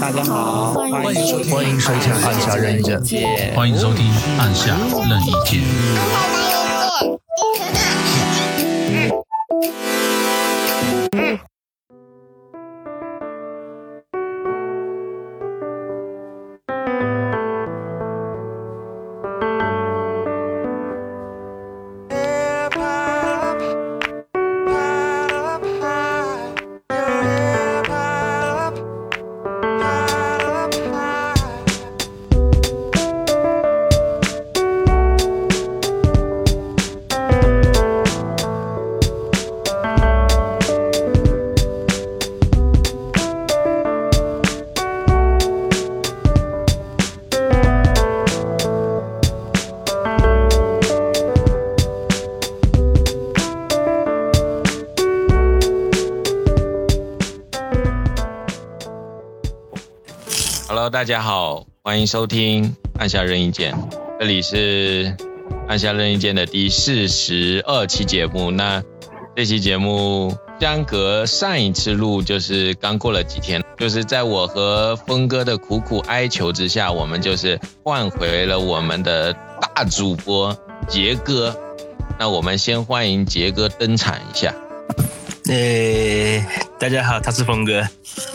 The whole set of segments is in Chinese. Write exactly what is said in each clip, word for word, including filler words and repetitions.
大家好，欢迎收听欢迎收听按下任意键， 欢迎收听按下任意键。 Hello， 大家好，欢迎收听按下任意键，这里是按下任意键的第四十二期节目。那这期节目相隔上一次录就是刚过了几天，就是在我和峰哥的苦苦哀求之下，我们就是换回了我们的大主播杰哥。那我们先欢迎杰哥登场一下。 诶，大家好，他是峰哥。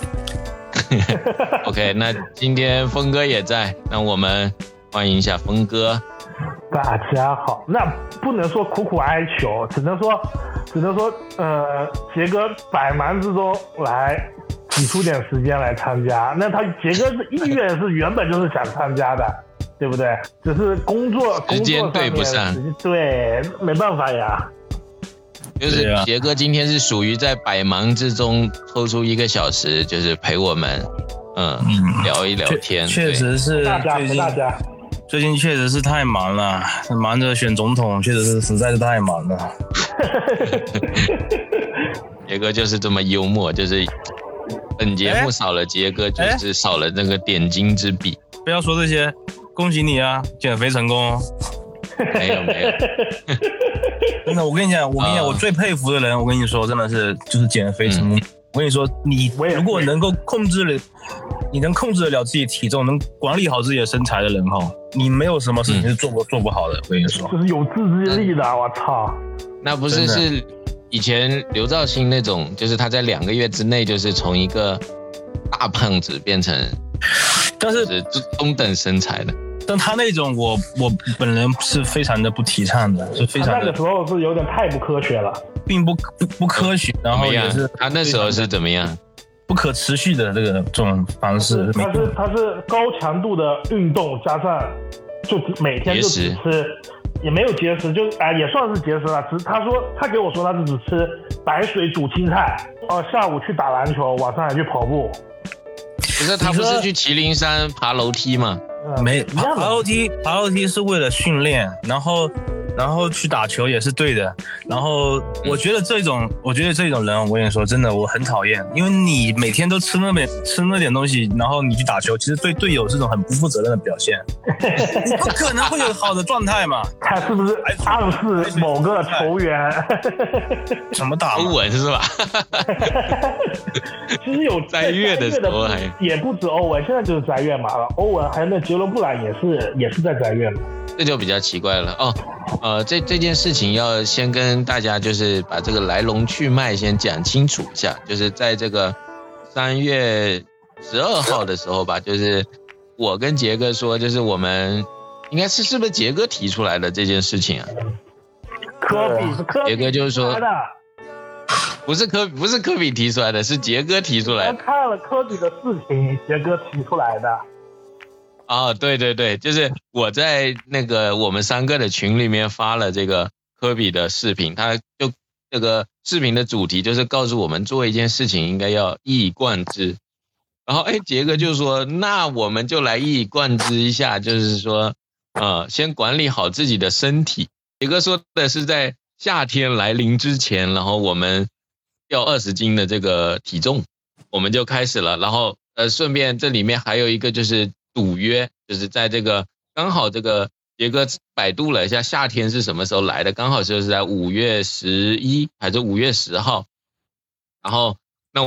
OK， 那今天峰哥也在，那我们欢迎一下峰哥。 大家好，那不能说苦苦哀求，只能说，只能说，呃，杰哥百忙之中来挤出点时间来参加。那他杰哥的意愿是原本就是想参加的，对不对？只是工作时间对不上， 对，没办法呀。 就是杰哥今天是属于在百忙之中抽出一个小时，就是陪我们，嗯，嗯聊一聊天。 确实是大家陪大家。 最近确实是太忙了，忙着选总统，确实是实在是太忙了。 杰哥就是这么幽默，就是本节目少了杰哥，就是少了那个点睛之笔。 不要说这些，恭喜你啊，减肥成功。 没有没有。 真的，我跟你讲，我跟你讲，我最佩服的人，我跟你说，真的是就是减肥成功。嗯、我跟你说，你如果能够控制了，你能控制得了自己体重，能管理好自己的身材的人哈，你没有什么事情是做不、嗯、做不好的。我跟你说， 就是有自制力的，我操！ 那不是是以前刘兆星那种，就是他在两个月之内，就是从一个大胖子变成， 但是中等身材的。 但他那种我我本人是非常的不提倡的，是非常的。 他那个时候是有点太不科学了， 并不不不科学，然后也是他那时候是怎么样？ 不可持续的这个这种方式。 他是他是高强度的运动加上就每天就只吃，也没有节食，就啊、呃、也算是节食了。只是他说他给我说他是只吃白水煮青菜，呃下午去打篮球，晚上还去跑步。 不是他不是去麒麟山爬楼梯吗？ 没爬楼梯，爬楼梯是为了训练，然后，然后去打球也是对的。然后我觉得这种，嗯、我觉得这种人，我跟你说，真的我很讨厌，因为你每天都吃那点吃那点东西，然后你去打球，其实对队友是种很不负责任的表现。你不可能会有好的状态嘛？ 他是不是暗示某个球员？ 什么打？ 欧文是吧？ 其实有斋月的时候还也不止欧文，现在就是斋月嘛。欧文还有那杰伦布朗也是也是在斋月嘛。 这就比较奇怪了哦。呃，这这件事情要先跟大家就是把这个来龙去脉先讲清楚一下。就是在这个三月十二号的时候吧，就是我跟杰哥说，就是我们应该是是不是杰哥提出来的这件事情啊？ 科比是科比， 杰哥就是说。不是科不是科比提出来的，是杰哥提出来的。 我看了科比的视频，杰哥提出来的。 哦，对对对，就是我在那个我们三个的群里面发了这个科比的视频，他就这个视频的主题就是告诉我们做一件事情应该要一以贯之。然后哎，杰哥就说，那我们就来一以贯之一下，就是说，呃，先管理好自己的身体。杰哥说的是在夏天来临之前，然后我们掉二十斤的这个体重，我们就开始了。然后呃，顺便这里面还有一个就是赌约，就是在这个刚好这个杰哥百度了一下夏天是什么时候来的，刚好就是在五月十一还是五月十号。然后那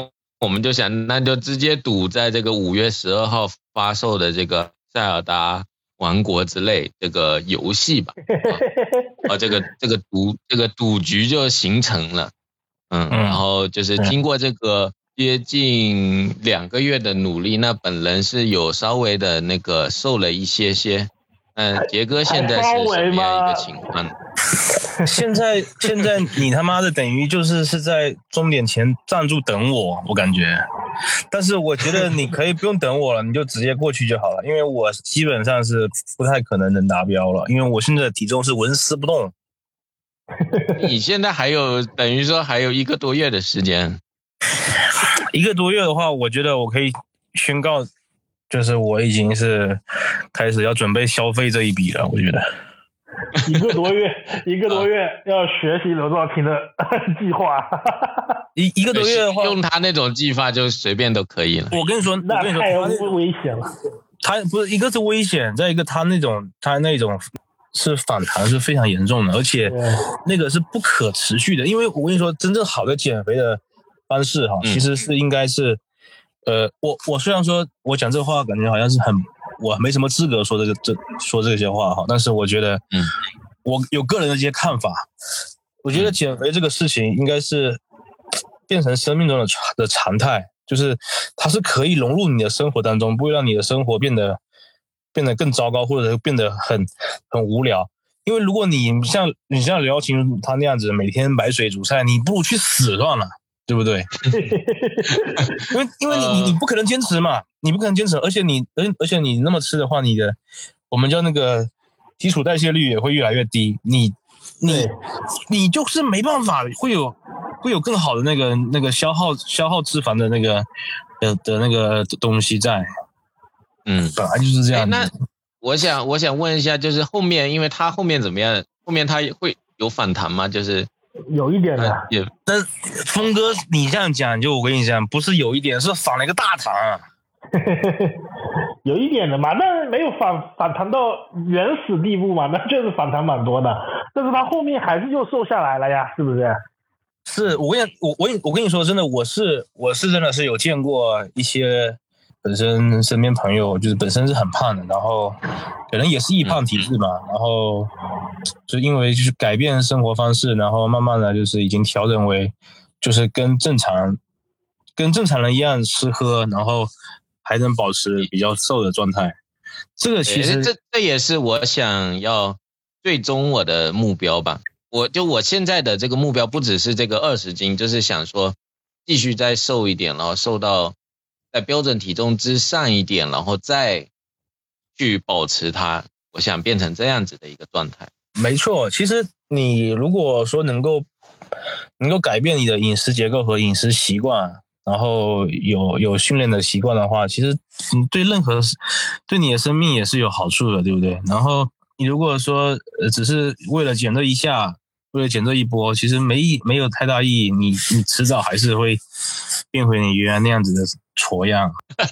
我们就想那就直接赌在这个五月十二号发售的这个塞尔达王国之泪这个游戏吧。啊，这个这个赌这个赌局就形成了。嗯，然后就是经过这个接近两个月的努力，那本人是有稍微的那个瘦了一些些。嗯，杰哥现在是什么样一个情况？ 现在现在你他妈的等于就是是在终点前站住等我，我感觉。但是我觉得你可以不用等我了，你就直接过去就好了，因为我基本上是不太可能能达标了，因为我现在的体重是纹丝不动。 你现在还有等于说还有一个多月的时间， 一个多月的话，我觉得我可以宣告，就是我已经是开始要准备消费这一笔了。我觉得一个多月，一个多月要学习刘兆廷的计划。 一一个多月的话， 用他那种计划就随便都可以了。 我跟你说， 那我跟你说太危险了。 他不是一个是危险，再一个他那种他那种。是反弹是非常严重的，而且那个是不可持续的。因为我跟你说，真正好的减肥的方式哈，其实是应该是，呃，我我虽然说我讲这话感觉好像是很，我没什么资格说这个这说这些话哈，但是我觉得，嗯，我有个人的一些看法。我觉得减肥这个事情应该是变成生命中的的常态，就是它是可以融入你的生活当中，不会让你的生活变得。变得更糟糕，或者变得很很无聊。因为如果你像你像刘耀琴他那样子每天白水煮菜，你不如去死算了，对不对？因为因为你你不可能坚持嘛，你不可能坚持，而且你而而且你那么吃的话，你的我们叫那个基础代谢率也会越来越低，你你你就是没办法会有会有更好的那个那个消耗消耗脂肪的那个的的那个东西在。 嗯， 本来就是这样。 那我想，我想问一下，就是后面，因为他后面怎么样？后面他会有反弹吗？就是有一点的。 也，但峰哥，你这样讲，就我跟你讲，不是有一点，是反了一个大弹啊。 有一点的嘛，但没有反反弹到原始地步嘛，那就是反弹蛮多的。但是他后面还是就瘦下来了呀，是不是？ 是我跟你我我我跟你说，真的，我是我是真的是有见过一些。本身身边朋友就是本身是很胖的，然后可能也是易胖体质嘛，然后就因为就是改变生活方式，然后慢慢的就是已经调整为就是跟正常跟正常人一样吃喝，然后还能保持比较瘦的状态。这个其实这这也是我想要最终我的目标吧。我就我现在的这个目标不只是这个二十斤，就是想说继续再瘦一点，然后瘦到在标准体重之上一点，然后再去保持它，我想变成这样子的一个状态。 没错，其实你如果说能够能够改变你的饮食结构和饮食习惯，然后有有训练的习惯的话，其实你对任何对你的生命也是有好处的，对不对？然后你如果说呃只是为了减这一下，为了减这一波，其实没没有太大意义，你你迟早还是会变回你原来那样子的矬样。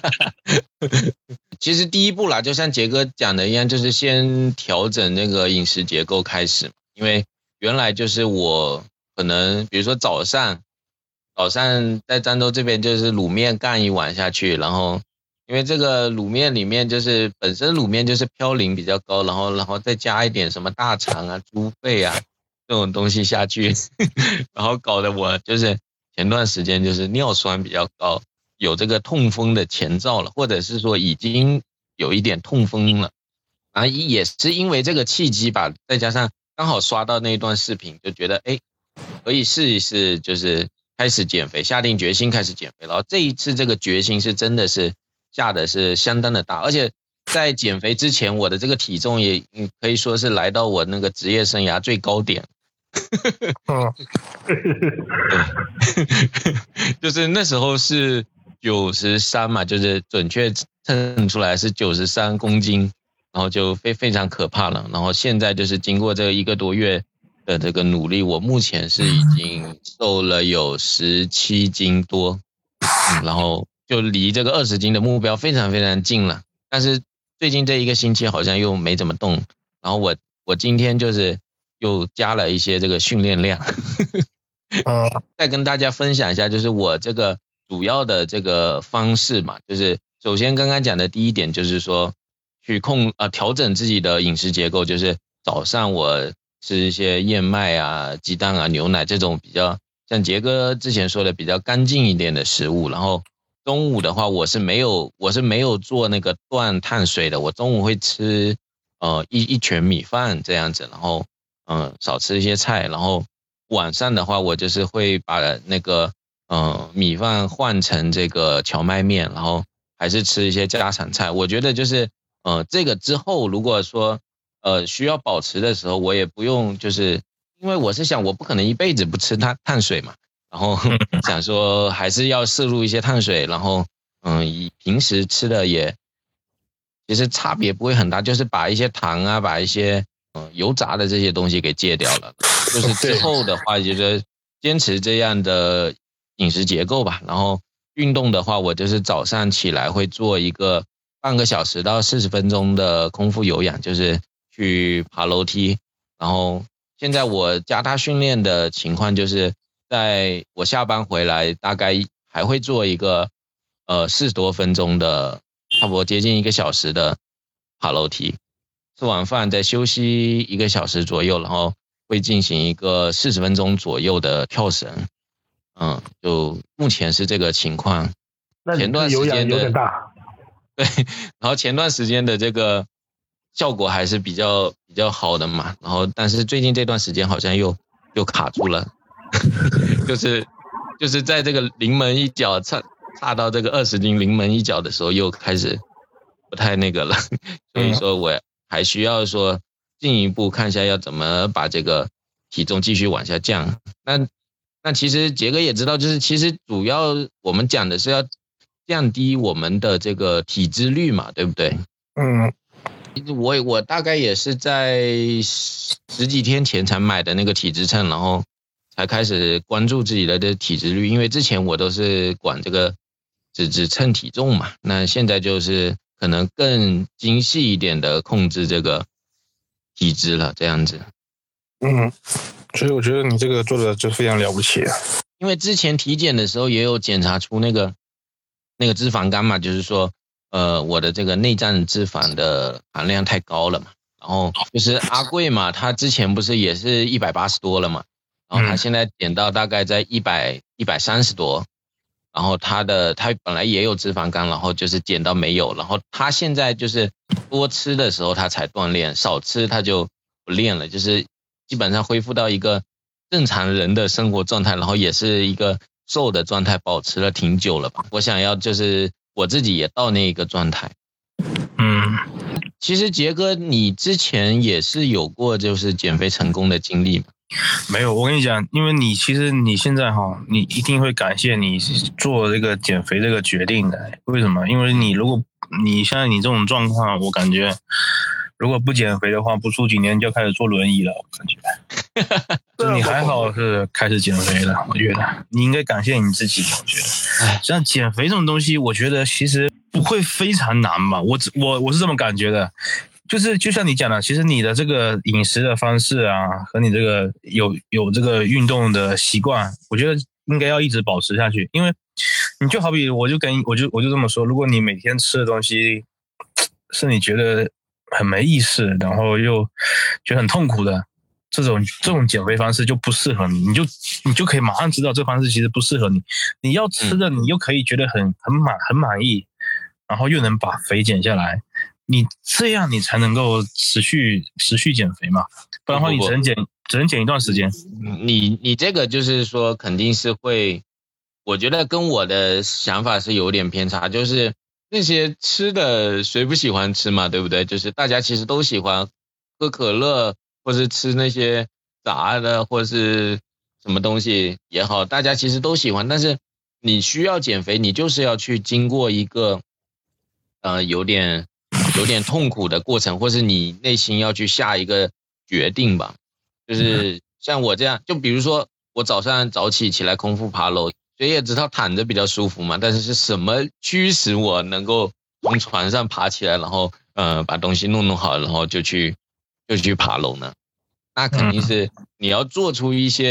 其实第一步啦，就像杰哥讲的一样，就是先调整那个饮食结构开始。因为原来就是我可能比如说早上早上在漳州这边就是卤面干一碗下去，然后因为这个卤面里面就是本身卤面就是嘌呤比较高，然后然后再加一点什么大肠啊、猪肺啊这种东西下去，然后搞得我就是前段时间就是尿酸比较高，有这个痛风的前兆了，或者是说已经有一点痛风了。然后也是因为这个契机吧，再加上刚好刷到那一段视频，就觉得哎，可以试一试，就是开始减肥，下定决心开始减肥。然后这一次这个决心是真的是下的是相当的大，而且在减肥之前，我的这个体重也可以说是来到我那个职业生涯最高点。就是那时候是九十三嘛，就是准确称出来是九十三公斤，然后就非非常可怕了。然后现在就是经过这一个多月的这个努力，我目前是已经瘦了有十七斤多，嗯，然后就离这个二十斤的目标非常非常近了。但是最近这一个星期好像又没怎么动，然后我我今天就是又加了一些这个训练量。再跟大家分享一下，就是我这个主要的这个方式嘛，就是首先刚刚讲的第一点就是说去控呃调整自己的饮食结构，就是早上我吃一些燕麦啊、鸡蛋啊、牛奶这种比较像杰哥之前说的比较干净一点的食物，然后中午的话我是没有我是没有做那个断碳水的，我中午会吃呃一一拳米饭这样子，然后嗯、呃、少吃一些菜，然后晚上的话我就是会把那个呃米饭换成这个荞麦面，然后还是吃一些家常菜。我觉得就是呃这个之后如果说呃需要保持的时候，我也不用就是因为我是想我不可能一辈子不吃碳碳水嘛，然后想说还是要摄入一些碳水，然后嗯以平时吃的也其实差别不会很大，就是把一些糖啊把一些嗯、呃、油炸的这些东西给戒掉了，就是之后的话就是坚持这样的饮食结构吧。然后运动的话我就是早上起来会做一个半个小时到四十分钟的空腹有氧，就是去爬楼梯，然后现在我加大训练的情况就是在我下班回来大概还会做一个呃四十多分钟的差不多接近一个小时的爬楼梯，吃完饭再休息一个小时左右，然后会进行一个四十分钟左右的跳绳。嗯，就目前是这个情况。 那前段时有氧间的有点大。 对，然后前段时间的这个效果还是比较比较好的嘛，然后但是最近这段时间好像又又卡住了，就是就是在这个临门一脚差差到这个二十斤临门一脚的时候又开始不太那个了，所以说我还需要说进一步看一下要怎么把这个体重继续往下降。那那其实杰哥也知道，就是其实主要我们讲的是要降低我们的这个体脂率嘛，对不对？ 嗯， 我我大概也是在十几天前才买的那个体脂秤，然后才开始关注自己的这体脂率，因为之前我都是管这个只只称体重嘛，那现在就是可能更精细一点的控制这个体脂了，这样子。 嗯，所以我觉得你这个做的就非常了不起啊。 因为之前体检的时候也有检查出那个那个脂肪肝嘛，就是说呃我的这个内脏脂肪的含量太高了嘛，然后就是阿贵嘛，他之前不是也是一百八十多了嘛，然后他现在减到大概在一百一百三十多，然后他的他本来也有脂肪肝，然后就是减到没有，然后他现在就是多吃的时候他才锻炼，少吃他就不练了，就是基本上恢复到一个正常人的生活状态，然后也是一个瘦的状态，保持了挺久了吧。我想要就是我自己也到那一个状态。 嗯， 其实杰哥你之前也是有过就是减肥成功的经历吗？ 没有，我跟你讲，因为你其实你现在哈，你一定会感谢你做这个减肥这个决定的。为什么？因为你如果你现在你这种状况，我感觉如果不减肥的话，不出几年就要开始坐轮椅了，我感觉。就你还好是开始减肥了，我觉得你应该感谢你自己。我觉得，像减肥这种东西，我觉得其实不会非常难吧？我我我是这么感觉的。就是就像你讲的，其实你的这个饮食的方式啊，和你这个有有这个运动的习惯，我觉得应该要一直保持下去。因为你就好比我就跟我就我就这么说，如果你每天吃的东西是你觉得很没意思，然后又觉得很痛苦的，这种这种减肥方式就不适合你，你就你就可以马上知道这方式其实不适合你。你要吃的你又可以觉得很很满很满意，然后又能把肥减下来。你这样你才能够持续持续减肥嘛，不然的话你只能减只能减一段时间。 你你这个就是说肯定是会，我觉得跟我的想法是有点偏差，就是那些吃的谁不喜欢吃嘛，对不对？就是大家其实都喜欢喝可乐，或是吃那些炸的，或是什么东西也好，大家其实都喜欢。但是你需要减肥，你就是要去经过一个呃有点。有点痛苦的过程，或是你内心要去下一个决定吧。就是像我这样，就比如说我早上早起起来空腹爬楼，谁也知道躺着比较舒服嘛，但是是什么驱使我能够从床上爬起来，然后呃把东西弄弄好，然后就去就去爬楼呢？那肯定是你要做出一些比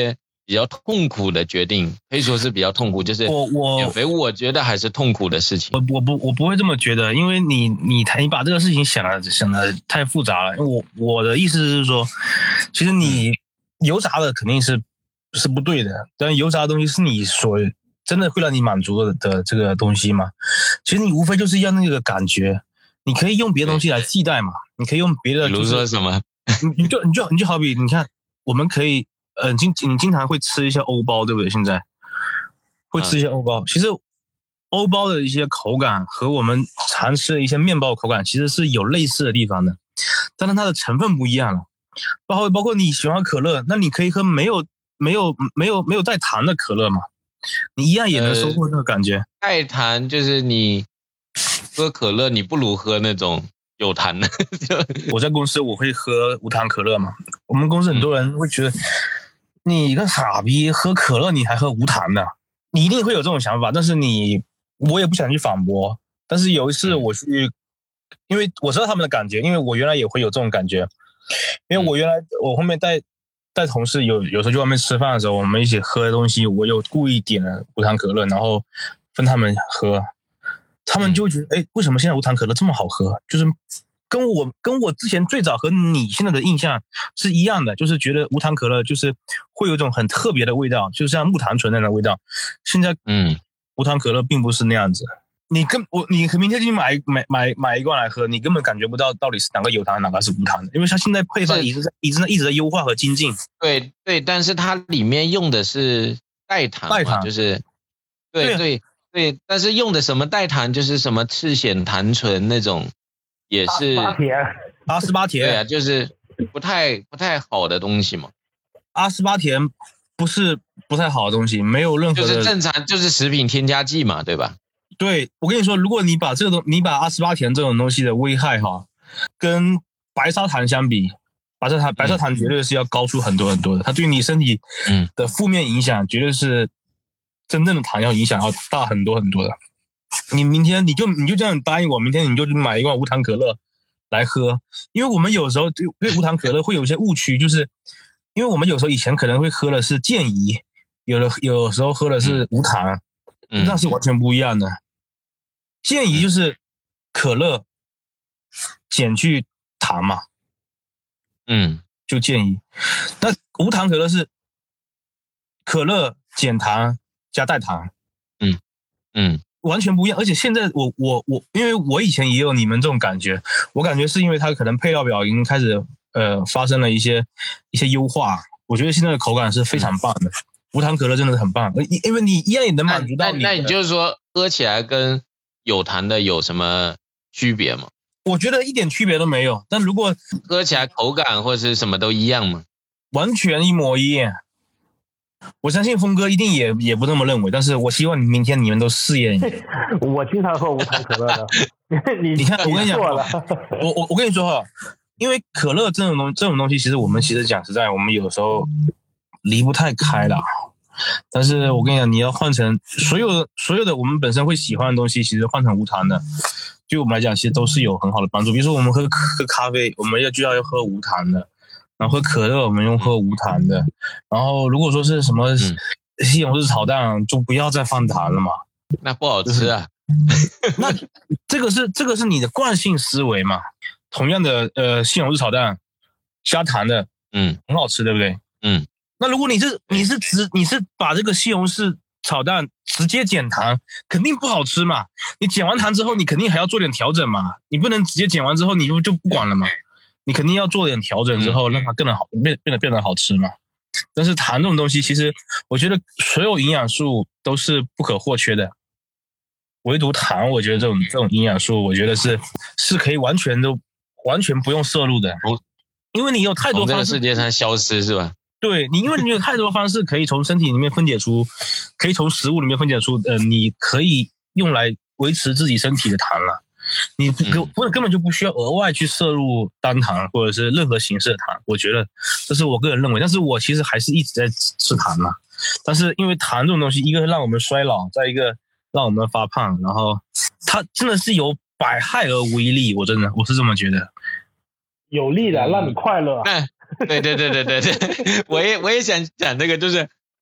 比较痛苦的决定，可以说是比较痛苦，就是我我减肥，我觉得还是痛苦的事情。 我我不我不会这么觉得，因为你你你把这个事情想的想的太复杂了。我我的意思是说，其实你油炸的肯定是是不对的，但油炸的东西是你所真的会让你满足的的这个东西嘛。其实你无非就是要那个感觉，你可以用别的东西来替代嘛，你可以用别的、就是， 比如说什么？ 你你就你就你就好比你看，我们可以。呃，经你经常会吃一些欧包，对不对？现在会吃一些欧包，嗯、其实欧包的一些口感和我们常吃的一些面包口感其实是有类似的地方的，但是它的成分不一样了。包括包括你喜欢可乐，那你可以喝没有没有没有没有带糖的可乐嘛，你一样也能收获那个感觉。呃、 带糖就是你喝可乐，你不如喝那种有糖的。 我在公司我会喝无糖可乐嘛，我们公司很多人会觉得。嗯你个傻逼，喝可乐你还喝无糖的，你一定会有这种想法，但是你我也不想去反驳。但是有一次我去，因为我知道他们的感觉，因为我原来也会有这种感觉，因为我原来我后面带带同事有有时候去外面吃饭的时候，我们一起喝的东西，我有故意点了无糖可乐，然后分他们喝，他们就会觉得，哎，为什么现在无糖可乐这么好喝？就是。跟我跟我之前最早和你现在的印象是一样的，就是觉得无糖可乐就是会有一种很特别的味道，就像木糖醇那样的味道。现在，嗯，无糖可乐并不是那样子。你跟我，你明天去买买买买一罐来喝，你根本感觉不到到底是哪个有糖，哪个是无糖的，因为它现在配方一直在一直在一直在优化和精进。 对对，但是它里面用的是代糖嘛，代糖就是对对对，但是用的什么代糖，就是什么赤藓糖醇那种。也是阿斯巴甜， 对啊，就是不太不太好的东西嘛。 阿斯巴甜不是不太好的东西，没有任何的， 就是正常，就是食品添加剂嘛，对吧？ 对，我跟你说，如果你把这个东，你把阿斯巴甜这种东西的危害哈，跟白砂糖相比，白砂糖白砂糖绝对是要高出很多很多的，它对你身体的负面影响绝对是真正的糖要影响要大很多很多的。你明天你就你就这样答应我，明天你就买一罐无糖可乐来喝，因为我们有时候对无糖可乐会有一些误区，就是因为我们有时候以前可能会喝的是健怡，有的有时候喝的是无糖，嗯、那是完全不一样的。健怡就是可乐减去糖嘛， 嗯， 就健怡。那无糖可乐是可乐减糖加代糖， 嗯嗯。 完全不一样，而且现在我我我，因为我以前也有你们这种感觉，我感觉是因为它可能配料表已经开始呃发生了一些一些优化，我觉得现在的口感是非常棒的，嗯、无糖可乐真的是很棒，因为你一样也能满足到你。 那, 那, 那你就是说喝起来跟有糖的有什么区别吗？ 我觉得一点区别都没有，但如果喝起来口感或是什么都一样吗？ 完全一模一样。我相信峰哥一定也也不这么认为，但是我希望你明天你们都试验一下。 我经常喝无糖可乐的，你你看我跟你讲，我我我跟你说哈，因为可乐这种东这种东西，其实我们其实讲实在，我们有时候离不太开的。但是我跟你讲，你要换成所有的所有的我们本身会喜欢的东西，其实换成无糖的，对我们来讲其实都是有很好的帮助。比如说我们喝喝咖啡，我们要就要喝无糖的。然后喝可乐，我们用喝无糖的。然后如果说是什么西红柿炒蛋，就不要再放糖了嘛， 那不好吃啊。 那这个是这个是你的惯性思维嘛？同样的，呃，西红柿炒蛋加糖的，嗯，很好吃，对不对？ 嗯。 那如果你是你是直你是把这个西红柿炒蛋直接减糖，肯定不好吃嘛。你减完糖之后，你肯定还要做点调整嘛。你不能直接减完之后你就就不管了嘛。你肯定要做点调整之后，让它更好变变得变得好吃嘛。但是糖这种东西，其实我觉得所有营养素都是不可或缺的，唯独糖，我觉得这种这种营养素，我觉得是是可以完全都完全不用摄入的，因为你有太多方式从这个世界上消失是吧？ 对你，因为你有太多方式可以从身体里面分解出，可以从食物里面分解出，呃，你可以用来维持自己身体的糖了。你不根根本就不需要额外去摄入单糖或者是任何形式的糖，我觉得这是我个人认为。但是我其实还是一直在吃糖嘛。但是因为糖这种东西，一个让我们衰老，再一个让我们发胖，然后它真的是有百害而无一利，我真的我是这么觉得。 有利的让你快乐。 嗯，对对对对对对，我也我也想讲这个，就是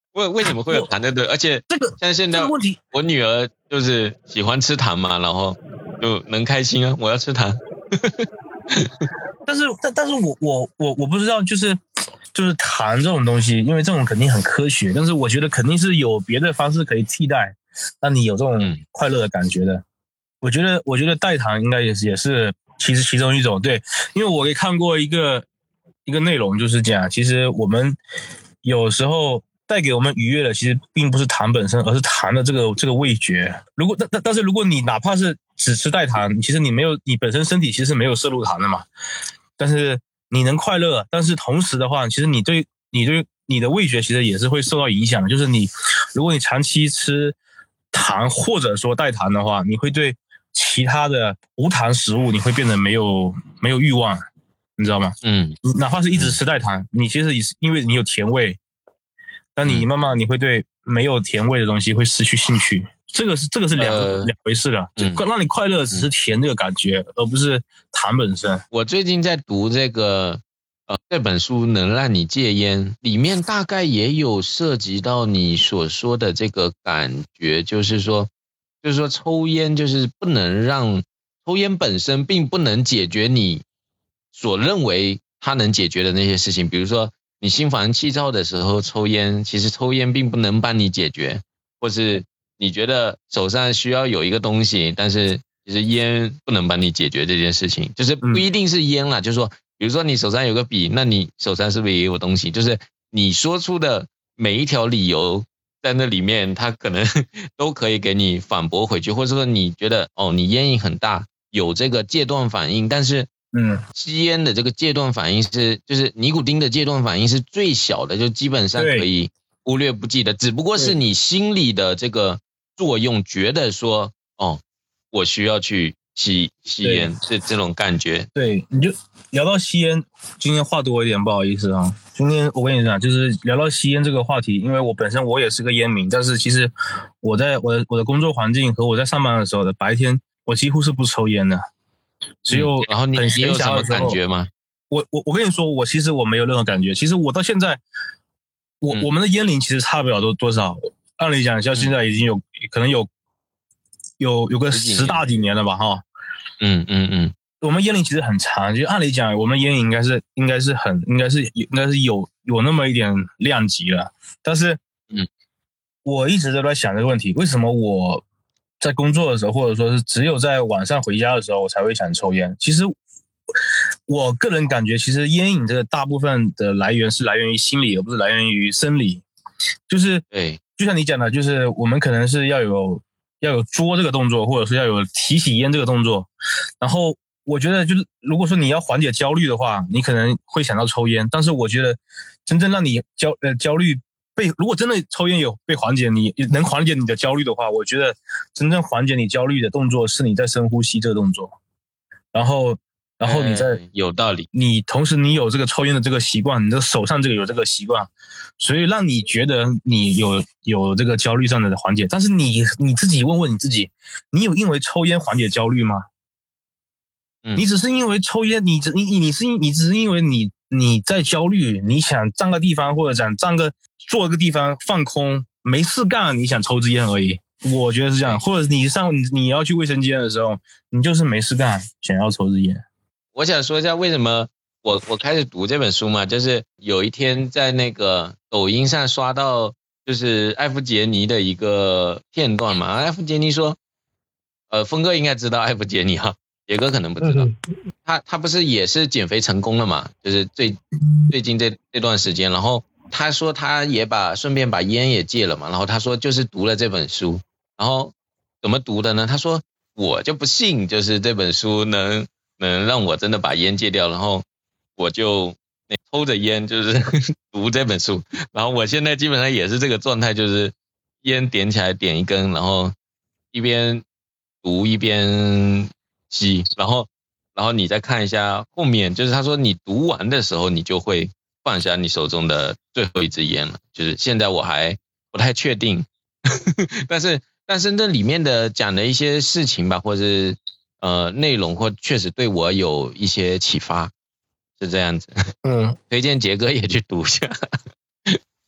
为为什么会有糖的？对，而且这个像现在问题， 我女儿就是喜欢吃糖嘛，然后就能开心啊，我要吃糖。 但是但但是我我我我不知道，就是就是糖这种东西，因为这种肯定很科学，但是我觉得肯定是有别的方式可以替代，让你有这种快乐的感觉的。嗯、我觉得我觉得代糖应该也是也是其实其中一种，对，因为我也看过一个一个内容，就是讲其实我们有时候带给我们愉悦的，其实并不是糖本身，而是糖的这个这个味觉。如果但但是如果你哪怕是只吃代糖，其实你没有你本身身体其实是没有摄入糖的嘛，但是你能快乐，但是同时的话，其实你对你对你的味觉其实也是会受到影响的。就是你如果你长期吃糖或者说代糖的话，你会对其他的无糖食物你会变得没有没有欲望，你知道吗？嗯，哪怕是一直吃代糖，你其实因为你有甜味，但你慢慢你会对没有甜味的东西会失去兴趣。这个是这个是两、呃、两回事了，就让你快乐只是甜这个感觉，嗯、而不是糖本身。 我最近在读这个呃这本书《能让你戒烟》，里面大概也有涉及到你所说的这个感觉，就是说，就是说抽烟就是不能让抽烟本身并不能解决你所认为它能解决的那些事情，比如说你心烦气躁的时候抽烟，其实抽烟并不能帮你解决，或是你觉得手上需要有一个东西，但是其实烟不能帮你解决这件事情，就是不一定是烟啦，嗯、就是说，比如说你手上有个笔，那你手上是不是也有东西？就是你说出的每一条理由在那里面，它可能都可以给你反驳回去，或者说你觉得哦，你烟瘾很大，有这个戒断反应，但是嗯，吸烟的这个戒断反应是，就是尼古丁的戒断反应是最小的，就基本上可以忽略不计的，只不过是你心里的这个作用，觉得说哦，我需要去吸吸烟，这这种感觉。 对，你就聊到吸烟，今天话多一点，不好意思啊。今天我跟你讲，就是聊到吸烟这个话题，因为我本身我也是个烟民，但是其实我在我的我的工作环境和我在上班的时候的白天，我几乎是不抽烟的。只有、 嗯、然后你你有什么感觉吗？ 我我我跟你说，我其实我没有任何感觉。其实我到现在，我、嗯、我们的烟龄其实差不了多多少。按理讲，像现在已经有、嗯、可能有有有个十大几年了吧，哈。 嗯嗯嗯。 我们烟龄其实很长，就按理讲，我们烟龄应该是应该是很应该是应该是有有那么一点量级了。但是，嗯，我一直都在想这个问题：为什么我在工作的时候，或者说是只有在晚上回家的时候，我才会想抽烟？其实，我个人感觉，其实烟瘾这个大部分的来源是来源于心理，而不是来源于生理。就是，对，就像你讲的，就是我们可能是要有要有嘬这个动作，或者是要有提起烟这个动作。然后，我觉得就是如果说你要缓解焦虑的话，你可能会想到抽烟。但是我觉得，真正让你焦呃焦虑。被如果真的抽烟有被缓解，你能缓解你的焦虑的话，我觉得真正缓解你焦虑的动作是你在深呼吸这个动作，然后然后你在、 呃、有道理， 你同时你有这个抽烟的这个习惯，你的手上这个有这个习惯，所以让你觉得你有有这个焦虑上的缓解。但是你你自己问问你自己，你有因为抽烟缓解焦虑吗？嗯、你只是因为抽烟，你只你你是你只是因为你你在焦虑，你想占个地方或者想占个坐个地方放空，没事干，你想抽支烟而已。我觉得是这样，或者你上你你要去卫生间的时候，你就是没事干，想要抽支烟。 我想说一下为什么我我开始读这本书嘛，就是有一天在那个抖音上刷到，就是艾弗杰尼的一个片段嘛。艾弗杰尼说，呃，峰哥应该知道艾弗杰尼哈，野哥可能不知道。他他不是也是减肥成功了嘛？就是最最近这这段时间，然后他说他也把顺便把烟也戒了嘛。然后他说就是读了这本书，然后怎么读的呢？他说我就不信，就是这本书能能让我真的把烟戒掉，然后我就抽着烟就是读这本书，然后我现在基本上也是这个状态，就是烟点起来点一根，然后一边读一边吸，然后然后你再看一下后面，就是他说你读完的时候你就会放下你手中的最后一支烟了，就是现在我还不太确定但是但是这里面的讲的一些事情吧，或者是呃内容或确实对我有一些启发，是这样子。嗯，推荐杰哥也去读一下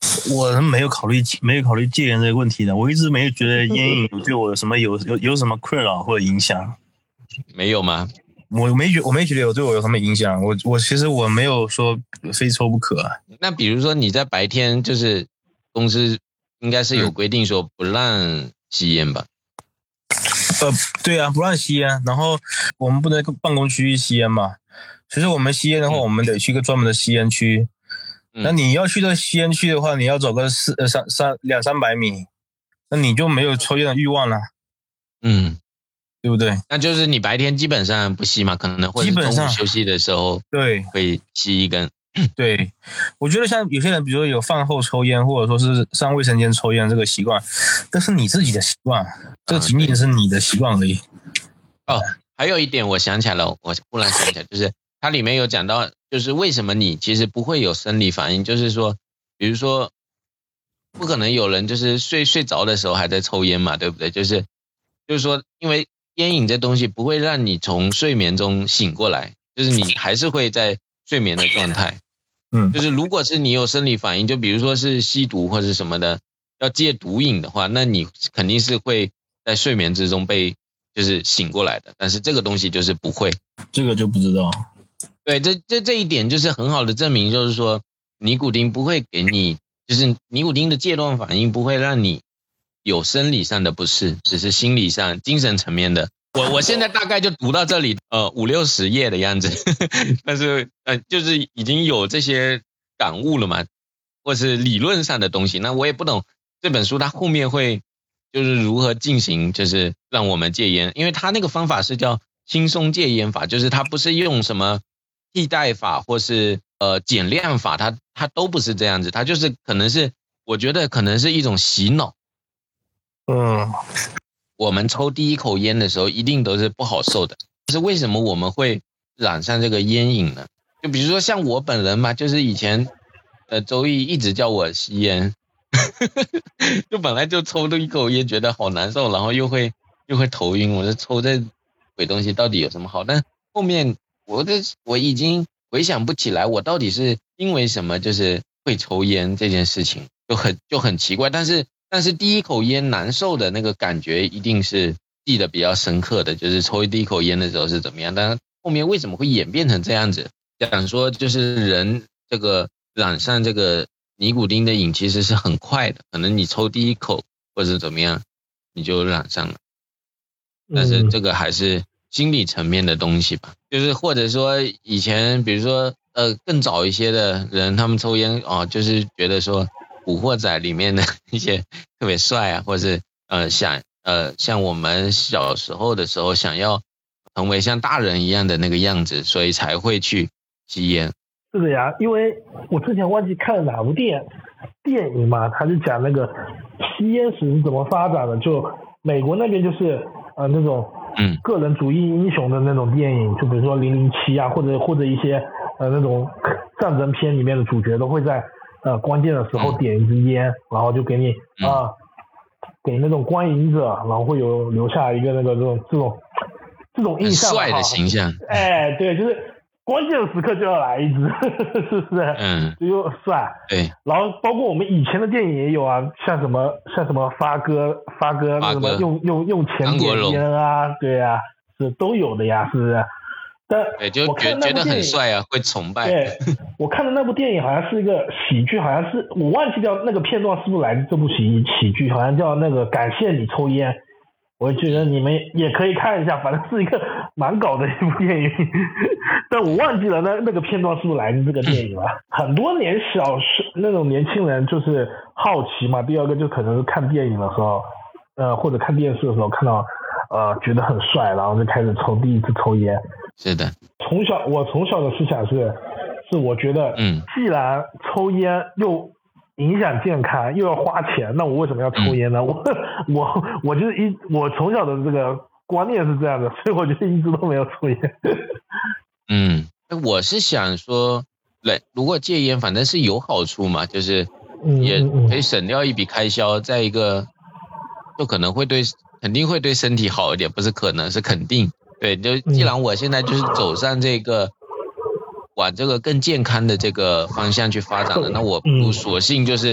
我没有考虑没有考虑戒烟这个问题的，我一直没有觉得烟瘾对我有什么有有有什么困扰或者影响。 没有吗？ 我没觉我没觉得有对我有什么影响。我我其实我没有说非抽不可。 那比如说你在白天就是公司应该是有规定说不让吸烟吧？ 呃，对啊，不让吸烟，然后我们不能办公区域吸烟嘛。其实我们吸烟的话，我们得去一个专门的吸烟区。嗯、那你要去的吸烟区的话，你要走个四呃三三两三百米，那你就没有抽烟的欲望了。 嗯， 对不对？ 那就是你白天基本上不吸嘛，可能或者中午休息的时候对会吸一根。 对，我觉得像有些人，比如说有饭后抽烟，或者说是上卫生间抽烟这个习惯，这是你自己的习惯，这仅仅是你的习惯而已。 哦，还有一点我想起来了，我忽然想起来，就是它里面有讲到，就是为什么你其实不会有生理反应，就是说，比如说，不可能有人就是睡睡着的时候还在抽烟嘛，对不对？就是就是说，因为烟瘾这东西不会让你从睡眠中醒过来，就是你还是会在睡眠的状态。嗯，就是如果是你有生理反应，就比如说是吸毒或是什么的，要戒毒瘾的话，那你肯定是会在睡眠之中被就是醒过来的，但是这个东西就是不会。 这个就不知道。 对，这这这一点就是很好的证明，就是说尼古丁不会给你，就是尼古丁的戒断反应不会让你有生理上的不适，只是心理上、精神层面的。我我现在大概就读到这里，呃，五六十页的样子，呵呵，但是呃，就是已经有这些感悟了嘛，或是理论上的东西。那我也不懂这本书它后面会就是如何进行，就是让我们戒烟，因为它那个方法是叫轻松戒烟法，就是它不是用什么替代法或是呃减量法，它它都不是这样子，它就是可能是我觉得可能是一种洗脑。 嗯。 我们抽第一口烟的时候一定都是不好受的，但是为什么我们会染上这个烟瘾呢？就比如说像我本人嘛，就是以前呃周易一直叫我吸烟就本来就抽了一口烟觉得好难受，然后又会又会头晕，我就抽这鬼东西到底有什么好？但后面我的我已经回想不起来我到底是因为什么就是会抽烟这件事情，就很就很奇怪，但是但是第一口烟难受的那个感觉一定是记得比较深刻的，就是抽第一口烟的时候是怎么样，但后面为什么会演变成这样子？讲说就是人这个染上这个尼古丁的瘾其实是很快的，可能你抽第一口或者怎么样你就染上了，但是这个还是心理层面的东西吧，就是或者说以前比如说呃更早一些的人他们抽烟哦，就是觉得说古惑仔里面的一些特别帅啊，或者是呃想呃像我们小时候的时候想要成为像大人一样的那个样子，所以才会去吸烟。 是的呀，因为我之前忘记看了哪部电电影嘛，他就讲那个吸烟史是怎么发展的，就美国那边就是呃那种嗯个人主义英雄的那种电影，就比如说零零七啊，或者或者一些呃那种战争片里面的主角都会在呃关键的时候点一支烟，嗯、然后就给你啊、呃、给那种观影者，然后会有留下一个那个这种这种这种印象， 很帅的形象。 哎，对，就是关键时刻就要来一支，是不是？嗯，就又帅。对。然后包括我们以前的电影也有啊，像什么像什么发哥发哥那什么用用用钱点烟啊，对啊，是都有的呀，是不是？但对，就觉觉得很帅啊，会崇拜。 对，我看的那部电影好像是一个喜剧，好像是我忘记掉那个片段是不是来自这部喜喜剧，好像叫那个感谢你抽烟。我觉得你们也可以看一下，反正是一个蛮搞的一部电影，但我忘记了那那个片段是不是来自这个电影了。很多年小那种年轻人就是好奇嘛，第二个就可能是看电影的时候，呃或者看电视的时候看到呃觉得很帅，然后就开始抽第一次抽烟。 是的， 从小我从小的思想是是我觉得，嗯，既然抽烟又影响健康又要花钱，那我为什么要抽烟呢？嗯、我我我就是一我从小的这个观念是这样的，所以我觉得一直都没有抽烟。 嗯，我是想说，对，如果戒烟，反正是有好处嘛，就是也可以省掉一笔开销，再一个就可能会对肯定会对身体好一点，不是可能是肯定。对，就既然我现在就是走上这个。往这个更健康的这个方向去发展了，那我不如索性就是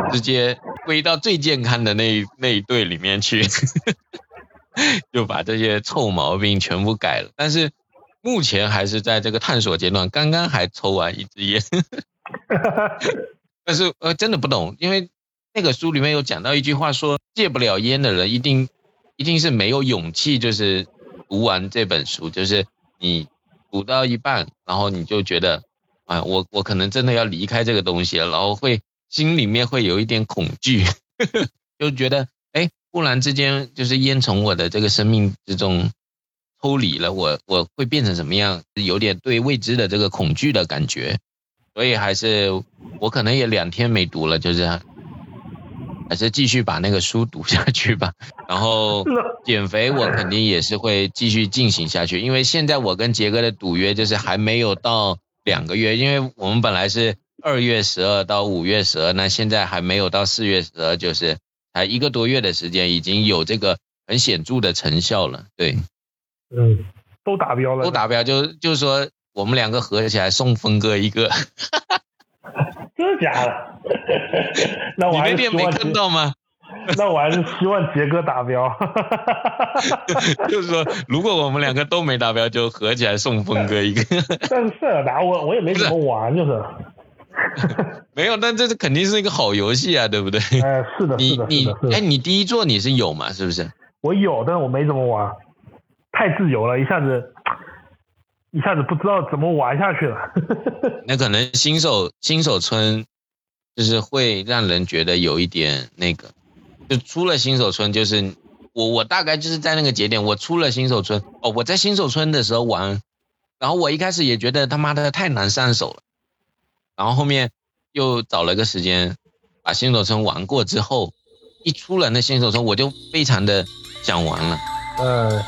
直接归到最健康的那一那一队里面去，就把这些臭毛病全部改了。但是目前还是在这个探索阶段，刚刚还抽完一支烟，但是呃真的不懂，因为那个书里面有讲到一句话说，戒不了烟的人一定一定是没有勇气，就是读完这本书，就是你读到一半，然后你就觉得啊，我我可能真的要离开这个东西了，然后会心里面会有一点恐惧，就觉得哎，忽然之间就是烟从我的这个生命之中抽离了，我我会变成什么样，有点对未知的这个恐惧的感觉，所以还是我可能也两天没读了，就是还是继续把那个书读下去吧。然后减肥我肯定也是会继续进行下去，因为现在我跟杰哥的赌约就是还没有到两个月，因为我们本来是二月十二到五月十二，那现在还没有到四月十二，就是才一个多月的时间，已经有这个很显著的成效了。对， 嗯，都达标了， 都达标，就就是说我们两个合起来送峰哥一个。 真的假的？那我还是你那天没看到吗？ 那我还是希望杰哥达标。 就是说，如果我们两个都没达标，就合起来送峰哥一个。 但是塞尔达我我也没怎么玩，就是。 没有，但这是肯定是一个好游戏啊，对不对？ 哎，是的，是的， 你是的， 哎，你第一座你是有嘛？是不是？ 我有，但是我没怎么玩，太自由了，一下子一下子不知道怎么玩下去了。 那可能新手新手村就是会让人觉得有一点那个，就出了新手村，就是我我大概就是在那个节点，我出了新手村哦，我在新手村的时候玩，然后我一开始也觉得他妈的太难上手了，然后后面又找了个时间把新手村玩过之后，一出了那新手村我就非常的想玩了。 嗯。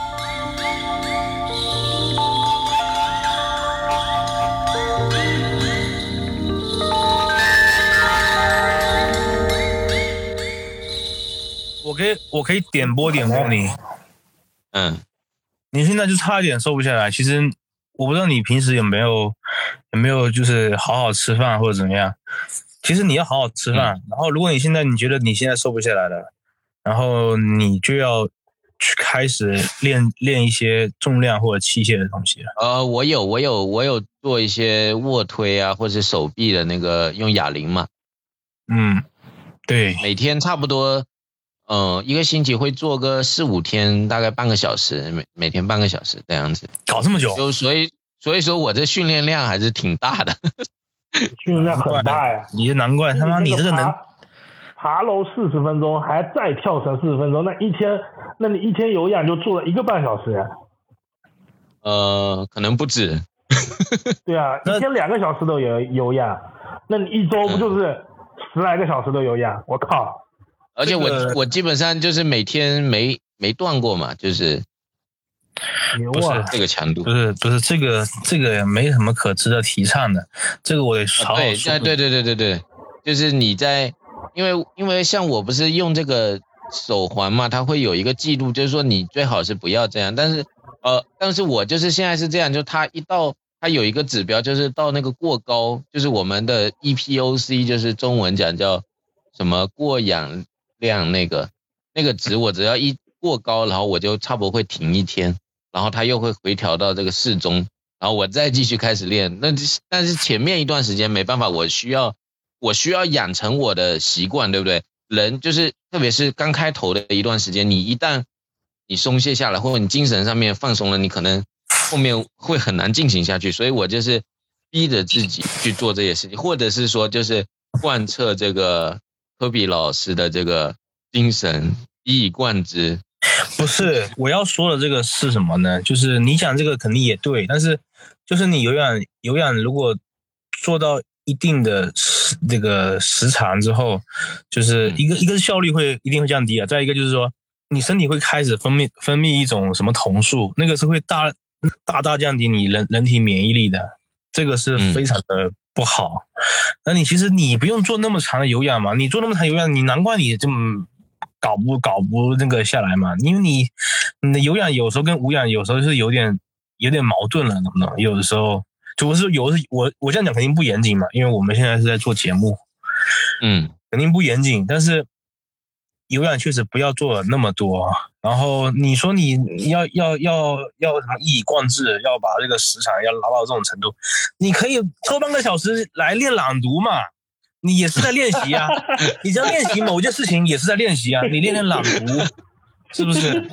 我可以，我可以点播点播你。 嗯， 你现在就差一点瘦不下来。其实我不知道你平时有没有有没有就是好好吃饭或者怎么样。其实你要好好吃饭，嗯、然后如果你现在你觉得你现在瘦不下来了，然后你就要去开始练练一些重量或者器械的东西了。 呃，我有我有我有做一些卧推啊，或者手臂的那个用哑铃嘛。 嗯，对， 每天差不多。呃，一个星期会做个四五天，大概半个小时，每每天半个小时这样子。 搞这么久？ 就所以所以说我这训练量还是挺大的。 训练量很大呀！ 你是难怪他妈你这个能爬楼四十分钟，还再跳绳四十分钟，那一天，那你一天有氧就做了一个半小时呀？ 呃，可能不止。 对啊，一天两个小时都有有氧，那你一周不就是十来个小时都有氧？我靠！ 而且我、 这个、 我基本上就是每天没没断过嘛，就是不是这个强度， 不是不是这个这个也没什么可值得提倡的，这个我得好好说。 对对对对对对，就是你在，因为因为像我不是用这个手环嘛，它会有一个记录，就是说你最好是不要这样，但是呃，但是我就是现在是这样，就它一到它有一个指标，就是到那个过高，就是我们的 E P O C， 就是中文讲叫什么过氧量那个那个值，我只要一过高，然后我就差不多会停一天，然后它又会回调到这个适中，然后我再继续开始练。那但是前面一段时间没办法，我需要我需要养成我的习惯，对不对？人就是特别是刚开头的一段时间，你一旦你松懈下来，或者你精神上面放松了，你可能后面会很难进行下去。所以我就是逼着自己去做这些事情，或者是说就是贯彻这个科比老师的这个精神，一以贯之。 不是，我要说的这个是什么呢？就是你讲这个肯定也对，但是就是你有氧有氧如果做到一定的这个时长之后，就是一个一个是效率会一定会降低啊，再一个就是说你身体会开始分泌分泌一种什么酮素，那个是会大大大降低你人人体免疫力的，这个是非常的不好。那你其实你不用做那么长的有氧嘛，你做那么长有氧，你难怪你这么搞不搞不那个下来嘛，因为你你的有氧有时候跟无氧有时候是有点有点矛盾了，能不能？有的时候就是有的我我这样讲肯定不严谨嘛，因为我们现在是在做节目。 嗯， 肯定不严谨，但是有氧确实不要做那么多。然后你说你要要要要什么一以贯之，要把这个时长要拉到这种程度，你可以抽半个小时来练朗读嘛，你也是在练习啊。你只要练习某件事情也是在练习啊，你练练朗读，是不是？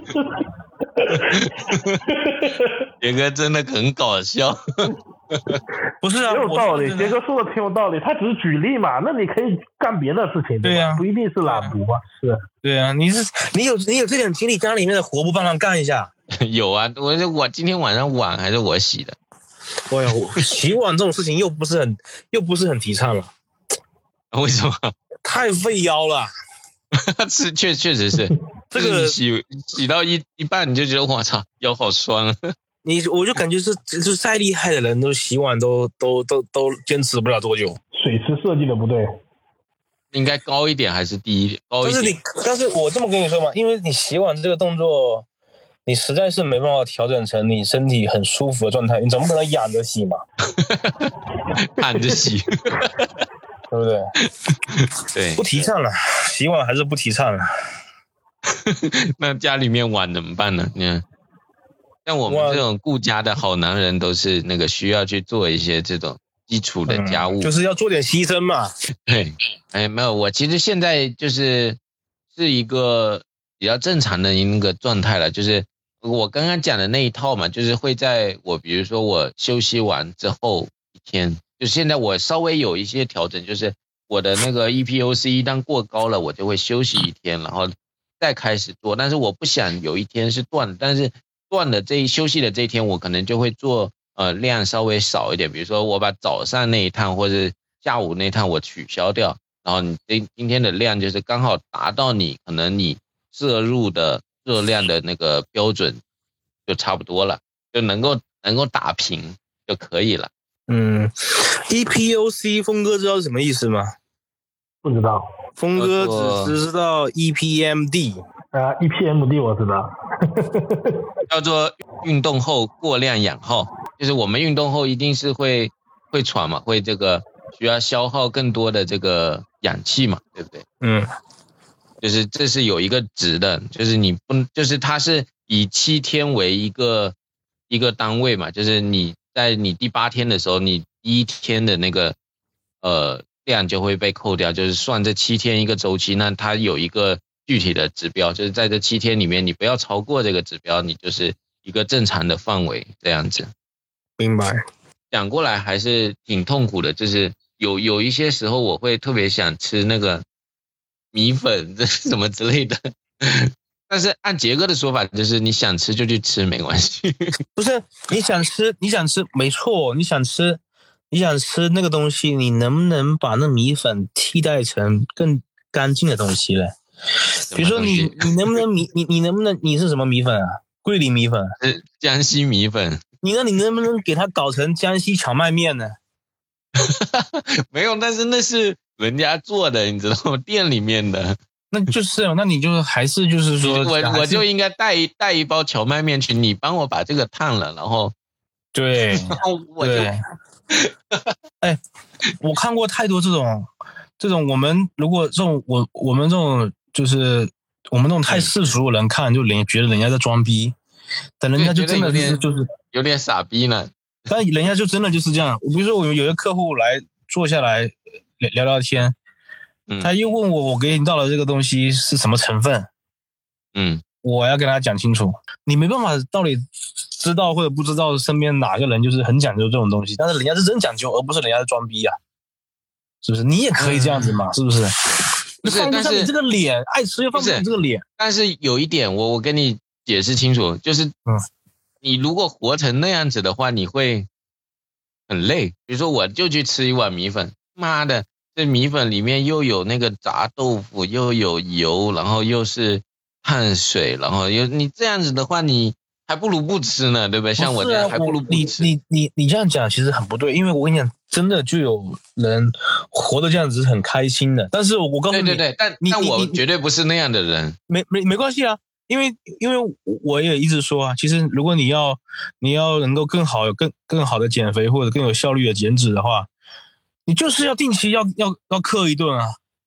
杰哥真的很搞笑。 不是啊， 挺有道理，杰哥说的挺有道理，他只是举例嘛，那你可以干别的事情， 对呀、啊， 不一定是朗读啊，是， 对啊，你是你有你有这点精力，家里面的活不帮忙干一下？ 有啊，我我今天晚上碗还是我洗的。 哎呀，洗碗这种事情又不是很又不是很提倡了。 为什么？ 太费腰了。 是确确实是，这个洗洗到一一半你就觉得我操腰好酸。 你我就感觉是就是再厉害的人都洗碗都都都都坚持不了多久。 水池设计的不对， 应该高一点还是低一点？高一点。 但是你但是我这么跟你说嘛，因为你洗碗这个动作，你实在是没办法调整成你身体很舒服的状态，你怎么可能仰着洗嘛？ 躺着洗。 对不对？ 对， 不提倡了，洗碗还是不提倡了。 那家里面碗怎么办呢？你看，像我们这种顾家的好男人，都是那个需要去做一些这种基础的家务， 嗯、就是要做点牺牲嘛。 对，哎，没有，我其实现在就是是一个比较正常的那个状态了，就是我刚刚讲的那一套嘛，就是会在我比如说我休息完之后一天。就现在我稍微有一些调整，就是我的那个 E P O C 一旦过高了，我就会休息一天，然后再开始做。但是我不想有一天是断的，但是断的这一休息的这一天，我可能就会做呃量稍微少一点，比如说我把早上那一趟或者下午那一趟我取消掉，然后你今今天的量就是刚好达到你可能你摄入的热量的那个标准就差不多了，就能够能够打平就可以了。 嗯 ，E P O C 峰哥知道是什么意思吗？ 不知道。 峰哥只知道 E P M D。 呃 ，E P M D 我知道。 叫做运动后过量氧耗，就是我们运动后一定是会会喘嘛，会这个需要消耗更多的这个氧气嘛，对不对？ 嗯， 就是这是有一个值的，就是你不就是它是以七天为一个一个单位嘛，就是你。在你第八天的时候，你第一天的那个呃量就会被扣掉，就是算这七天一个周期，那它有一个具体的指标，就是在这七天里面你不要超过这个指标，你就是一个正常的范围这样子。 明白。 讲过来还是挺痛苦的，就是有有一些时候我会特别想吃那个米粉这什么之类的。但是按杰哥的说法，就是你想吃就去吃，没关系。 不是你想吃，你想吃，没错，你想吃，你想吃那个东西，你能不能把那米粉替代成更干净的东西嘞？比如说你，你能不能米，你你能不能你是什么米粉啊？桂林米粉？ 是江西米粉。 你那你能不能给它搞成江西荞麦面呢？ 没有，但是那是人家做的，你知道吗？店里面的。 那就是，那你就还是就是说， 我我就应该带一带一包荞麦面去，你帮我把这个烫了，然后， 对， 然后我就， 哎，我看过太多这种，这种我们如果这种我我们这种就是我们这种太世俗的人看，就人觉得人家在装逼，但人家就真的是就是有点傻逼呢， 但人家就真的就是这样。比如说我们有些客户来坐下来聊聊聊天。他又问我，我给你倒的这个东西是什么成分？ 嗯， 我要跟他讲清楚。你没办法到底知道或者不知道身边哪个人就是很讲究这种东西，但是人家是真讲究，而不是人家是装逼啊，是不是？你也可以这样子嘛，嗯、是不是？ 不是， 但是你这个脸爱吃又放不下这个脸。 但是有一点，我我跟你解释清楚，就是，嗯，你如果活成那样子的话，你会很累。比如说，我就去吃一碗米粉，妈的。这米粉里面又有那个炸豆腐，又有油，然后又是碳水，然后又你这样子的话，你还不如不吃呢，对不对？像我这样还不如不吃。 你你你你这样讲其实很不对，因为我跟你讲，真的就有人活得这样子是很开心的。但是我我告诉你， 对对对，但但我绝对不是那样的人。 没没没关系啊，因为因为我也一直说啊，其实如果你要你要能够更好有更更好的减肥或者更有效率的减脂的话。你就是要定期要要要克一顿啊，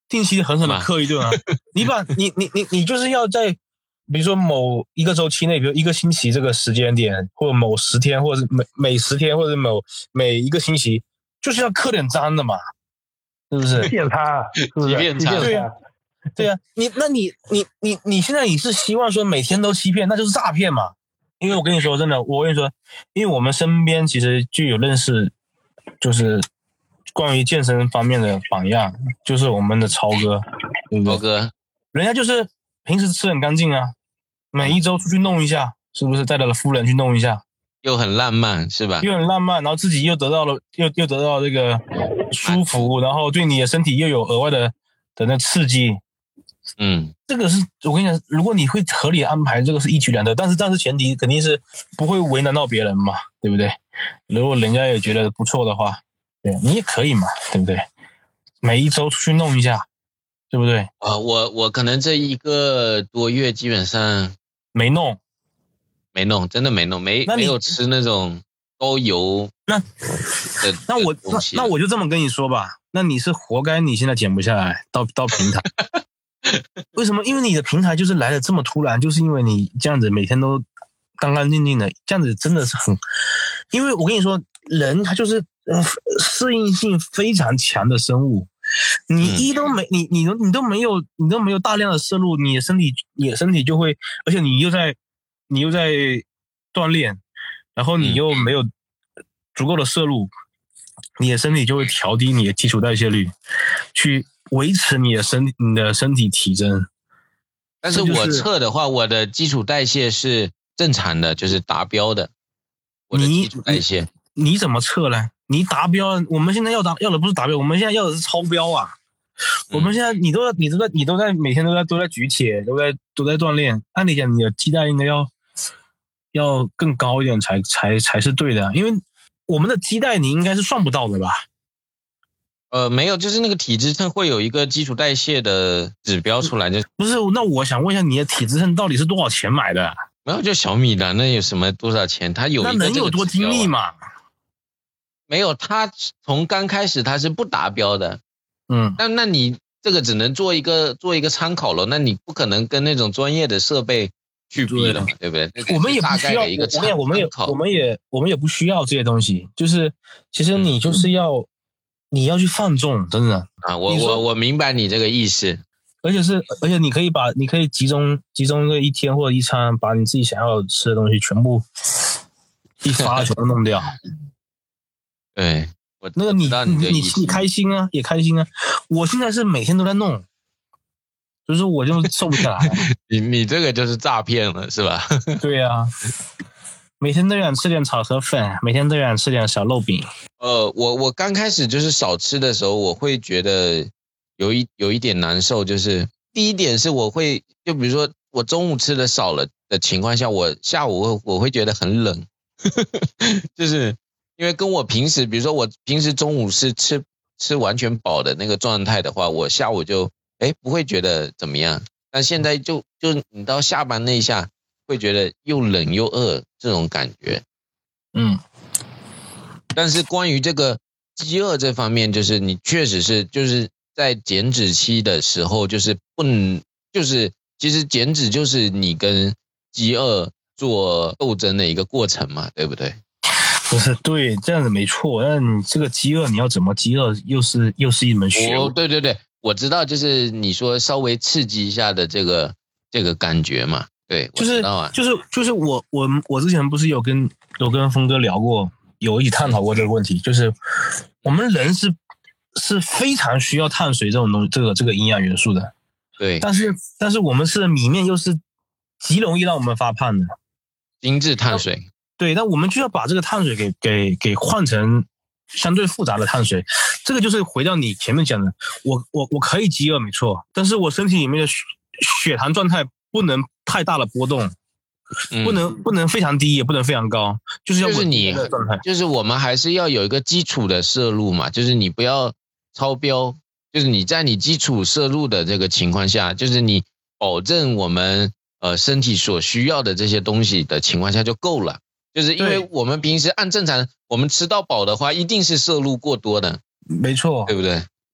定期狠狠的克一顿啊！你把你你你你就是要在比如说某一个周期内，比如一个星期这个时间点，或者某十天，或者是每每十天，或者某每一个星期，就是要克点脏的嘛，是不是？ 欺骗他，是不是？ 欺骗他， 对呀、啊，对呀、啊，你那你你你你现在你是希望说每天都欺骗，那就是诈骗嘛？因为我跟你说真的，我跟你说，因为我们身边其实就有认识，就是关于健身方面的榜样，就是我们的超哥，对不对？ 超哥， 人家就是平时吃很干净啊，每一周出去弄一下，是不是带着夫人去弄一下？ 又很浪漫，是吧？ 又很浪漫，然后自己又得到了，又又得到这个舒服，然后对你的身体又有额外的的那刺激。 嗯， 这个是我跟你讲，如果你会合理安排，这个是一举两得，但是但是前提肯定是不会为难到别人嘛，对不对？如果人家也觉得不错的话，对你也可以嘛，对不对？每一周出去弄一下，对不对？ 啊、呃，我我可能这一个多月基本上没弄， 没弄，真的没弄，没没有吃那种高油那的那我那那我就这么跟你说吧，那你是活该你现在减不下来，到到平台。为什么？因为你的平台就是来的这么突然，就是因为你这样子每天都干干净净的，这样子真的是很。因为我跟你说，人他就是呃适应性非常强的生物，你一都没，你你你都没有，你都没有大量的摄入，你的身体你的身体就会，而且你又在你又在锻炼，然后你又没有足够的摄入，你的身体就会调低你的基础代谢率，去维持你的身你的身体体征。 但是我测的话，我的基础代谢是正常的，就是达标的。我的基础代谢， 你, 你怎么测呢？你达标，我们现在要达要的不是达标，我们现在要的是超标啊！嗯、我们现在你都你都在你都在每天都在都在举铁，都在都在锻炼，按理讲你的基带应该要要更高一点才才才是对的，因为我们的基带你应该是算不到的吧？ 呃，没有，就是那个体脂秤会有一个基础代谢的指标出来，就不是。那我想问一下，你的体脂秤到底是多少钱买的？ 没有，就小米的，那有什么多少钱？它有一个、啊、 那能有多精密嘛？ 没有，它从刚开始它是不达标的， 嗯， 那那你这个只能做一个做一个参考了，那你不可能跟那种专业的设备去比了嘛，对不对？ 我们也不需要， 一个我们也我们也我们也我们也不需要这些东西，就是其实你就是要、嗯、你要去放纵，真的啊，我我我明白你这个意思。 而且是，而且你可以把，你可以集中集中个一天或者一餐，把你自己想要吃的东西全部一发全部弄掉。 对，我那个你你你你开心啊，也开心啊。我现在是每天都在弄，就是我就瘦不下来。 你你这个就是诈骗了，是吧？ 对啊，每天都想吃点炒河粉，每天都想吃点小肉饼。 呃，我我刚开始就是少吃的时候，我会觉得。有一有一點難受，就是第一點是我會，就比如說我中午吃的少了的情況下，我下午我我會覺得很冷，就是因為跟我平時，比如說我平時中午是吃吃完全飽的那個狀態的話，我下午就誒不會覺得怎麼樣，但現在就就你到下班那一下會覺得又冷又餓這種感覺， 嗯， 但是關於這個飢餓這方面，就是你確實是就是。在減脂期的時候，就是不能，就是其實減脂就是你跟飢餓做鬥爭的一個過程嘛，對不對？ 不是，對，這樣子沒錯。但你這個飢餓，你要怎麼飢餓，又是又是一門學問。 哦，對對對，我知道，就是你說稍微刺激一下的這個這個感覺嘛，對，我知道啊。 就是就是就是我我我之前不是有跟有跟峰哥聊過，有一起探討過這個問題，就是我們人是。是非常需要碳水這種東西，這個這個營養元素的。 對， 但是但是我們吃的米麵又是極容易讓我們發胖的精緻碳水。 對，那我們就要把這個碳水給給給換成相對複雜的碳水。這個就是回到你前面講的，我我我可以飢餓沒錯，但是我身體裡面的血糖狀態不能太大的波動，嗯、不能不能非常低，也不能非常高，就是要穩定的狀態。 就是我們還是要有一個基礎的攝入嘛，就是你不要。超標就是你在你基礎攝入的這個情況下，就是你保證我們呃身體所需要的這些東西的情況下就夠了。就是因為我們平時按正常我們吃到飽的話，一定是攝入過多的。 沒錯， 對不對？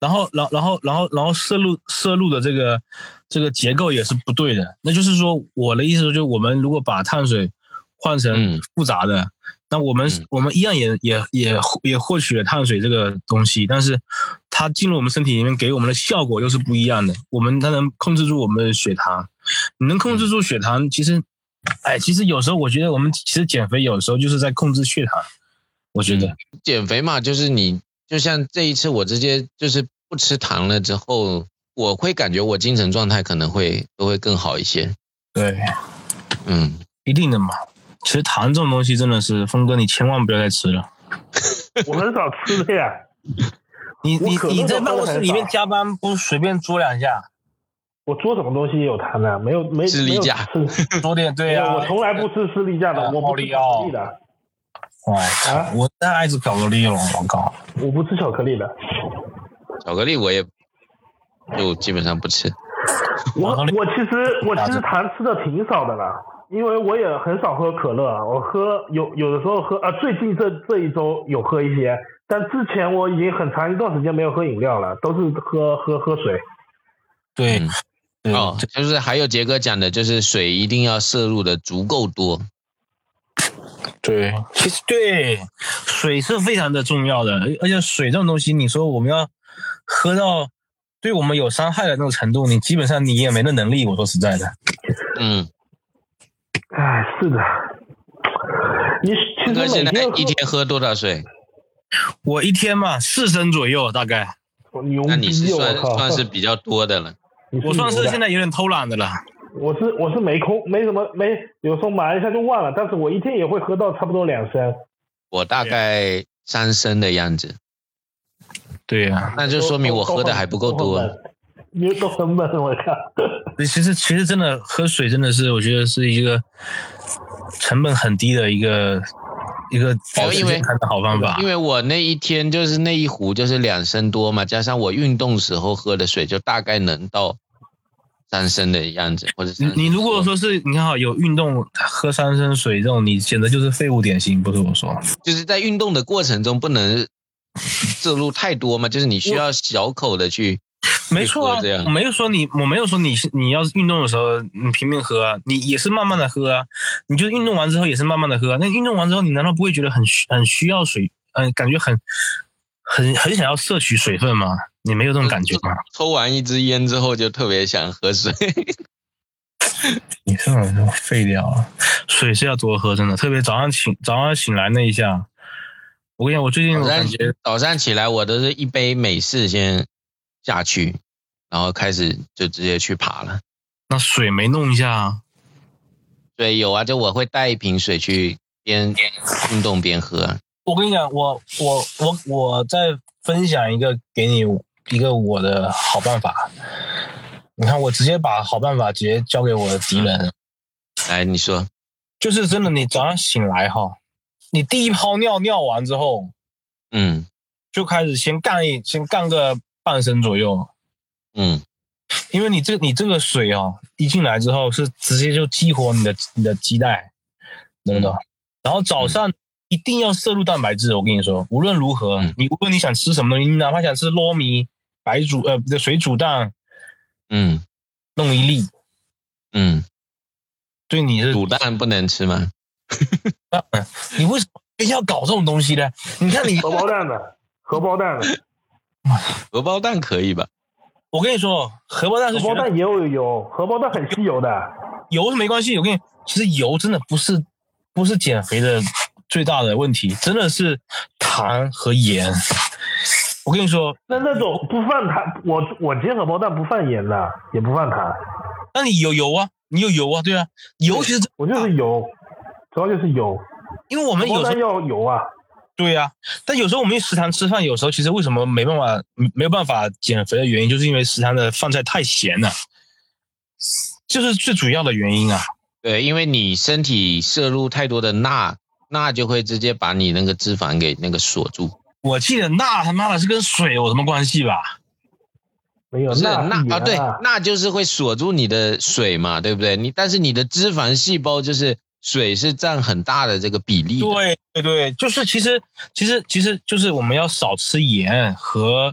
然后然后然后然后然后摄入摄入的这个这个结构也是不对的。那就是说，我的意思就是，我们如果把碳水换成复杂的，嗯、那我们、嗯、我们一样也也也也获取了碳水这个东西，但是它进入我们身体里面给我们的效果又是不一样的。我们它能控制住我们的血糖，你能控制住血糖，其实，哎，其实有时候我觉得我们其实减肥有时候就是在控制血糖。我觉得、嗯、 减肥嘛，就是你就像这一次我直接就是不吃糖了之后，我会感觉我精神状态可能会都会更好一些。 对， 嗯， 一定的嘛。其实糖这种东西真的是，峰哥你千万不要再吃了。 我很少吃的呀。 你你你在办公室里面加班不随便捉两下？ 我捉什么东西也有糖的，没有没士力架， 捉点对呀、啊。 我从来不吃士力架的，我不吃巧克力的。 哇、啊！我太爱吃巧克力了，我靠！ 我不吃巧克力的， 巧克力我也就基本上不吃。 我我其实我其实糖吃的挺少的了，因为我也很少喝可乐，我喝有有的时候喝啊，最近这这一周有喝一些，但之前我已经很长一段时间没有喝饮料了，都是喝喝喝水。 对， 嗯、哦，就是还有杰哥讲的，就是水一定要摄入的足够多。 对，其实对水是非常的重要的，而且水这种东西，你说我们要喝到对我们有伤害的那种程度，你基本上你也没那能力。我说实在的， 嗯， 哎，是的。你其实现在一天喝多少水？ 我一天嘛四升左右大概。 那你是算算是比较多的了。 我算是现在有点偷懒的了。 我是我是没空，没什么没，有时候买一下就忘了，但是我一天也会喝到差不多两升。 我大概三升的样子。 对呀、啊， 那就说明我喝的还不够多。 你都很闷，我看。 其实其实真的喝水真的是，我觉得是一个成本很低的一个一个保持健康的好办法。 因为我那一天就是那一壶就是两升多嘛，加上我运动时候喝的水，就大概能到三升的样子，或者你你如果说是你看好有运动喝三升水这种，你简直就是废物典型，不是我说。 就是在运动的过程中不能摄入太多嘛，就是你需要小口的去。 没错啊，我没有说你，我没有说你你要运动的时候你拼命喝啊，你也是慢慢的喝啊，你就运动完之后也是慢慢的喝啊。那运动完之后你难道不会觉得很很需要水，嗯、呃，感觉很很很想要摄取水分吗？你没有这种感觉吗？ 抽完一支烟之后就特别想喝水。 你这种就废掉了，水是要多喝，真的，特别早上醒早上醒来那一下，我跟你讲，我最近我感觉早上起来我都是一杯美式先下去，然后开始就直接去爬了。 那水没弄一下啊？ 对，有啊，就我会带一瓶水去边运动边喝啊。 我跟你讲，我我我我再分享一个给你一个我的好办法。你看，我直接把好办法直接交给我的敌人。 来，你说。 就是真的，你早上醒来哈，你第一泡尿尿完之后， 嗯， 就开始先干一先干个半升左右， 嗯， 因为你这你这个水哦，一进来之后是直接就激活你的你的肌带，懂不懂？嗯、然后早上一定要摄入蛋白质，我跟你说，无论如何，嗯、你无论你想吃什么东西，你哪怕想吃糯米、白煮呃的水煮蛋， 嗯， 弄一粒， 嗯， 对你是煮蛋不能吃吗？ 你为什么一定要搞这种东西呢？你看你荷包蛋的，荷包蛋的。 荷包蛋可以吧？ 我跟你说，荷包蛋是荷包蛋也有油，荷包蛋很吸油的。 油是没关系，我跟你，其实油真的不是不是减肥的最大的问题，真的是糖和盐。我跟你说， 那那种不放糖，我我煎荷包蛋不放盐的，也不放糖。 那你有油啊，你有油啊，对啊，油其实我就是油，主要就是油， 因为我们有时候要油啊。 对呀、啊，但有时候我们去食堂吃饭，有时候其实为什么没办法没有办法减肥的原因，就是因为食堂的饭菜太咸了，就是最主要的原因啊。 对，因为你身体摄入太多的钠，钠就会直接把你那个脂肪给那个锁住。 我记得钠他妈的是跟水有什么关系吧？ 没有， 是钠钠啊，对，钠就是会锁住你的水嘛，对不对？你但是你的脂肪细胞就是水是占很大的这个比例的。 对对对，就是其实其实其实就是我们要少吃盐和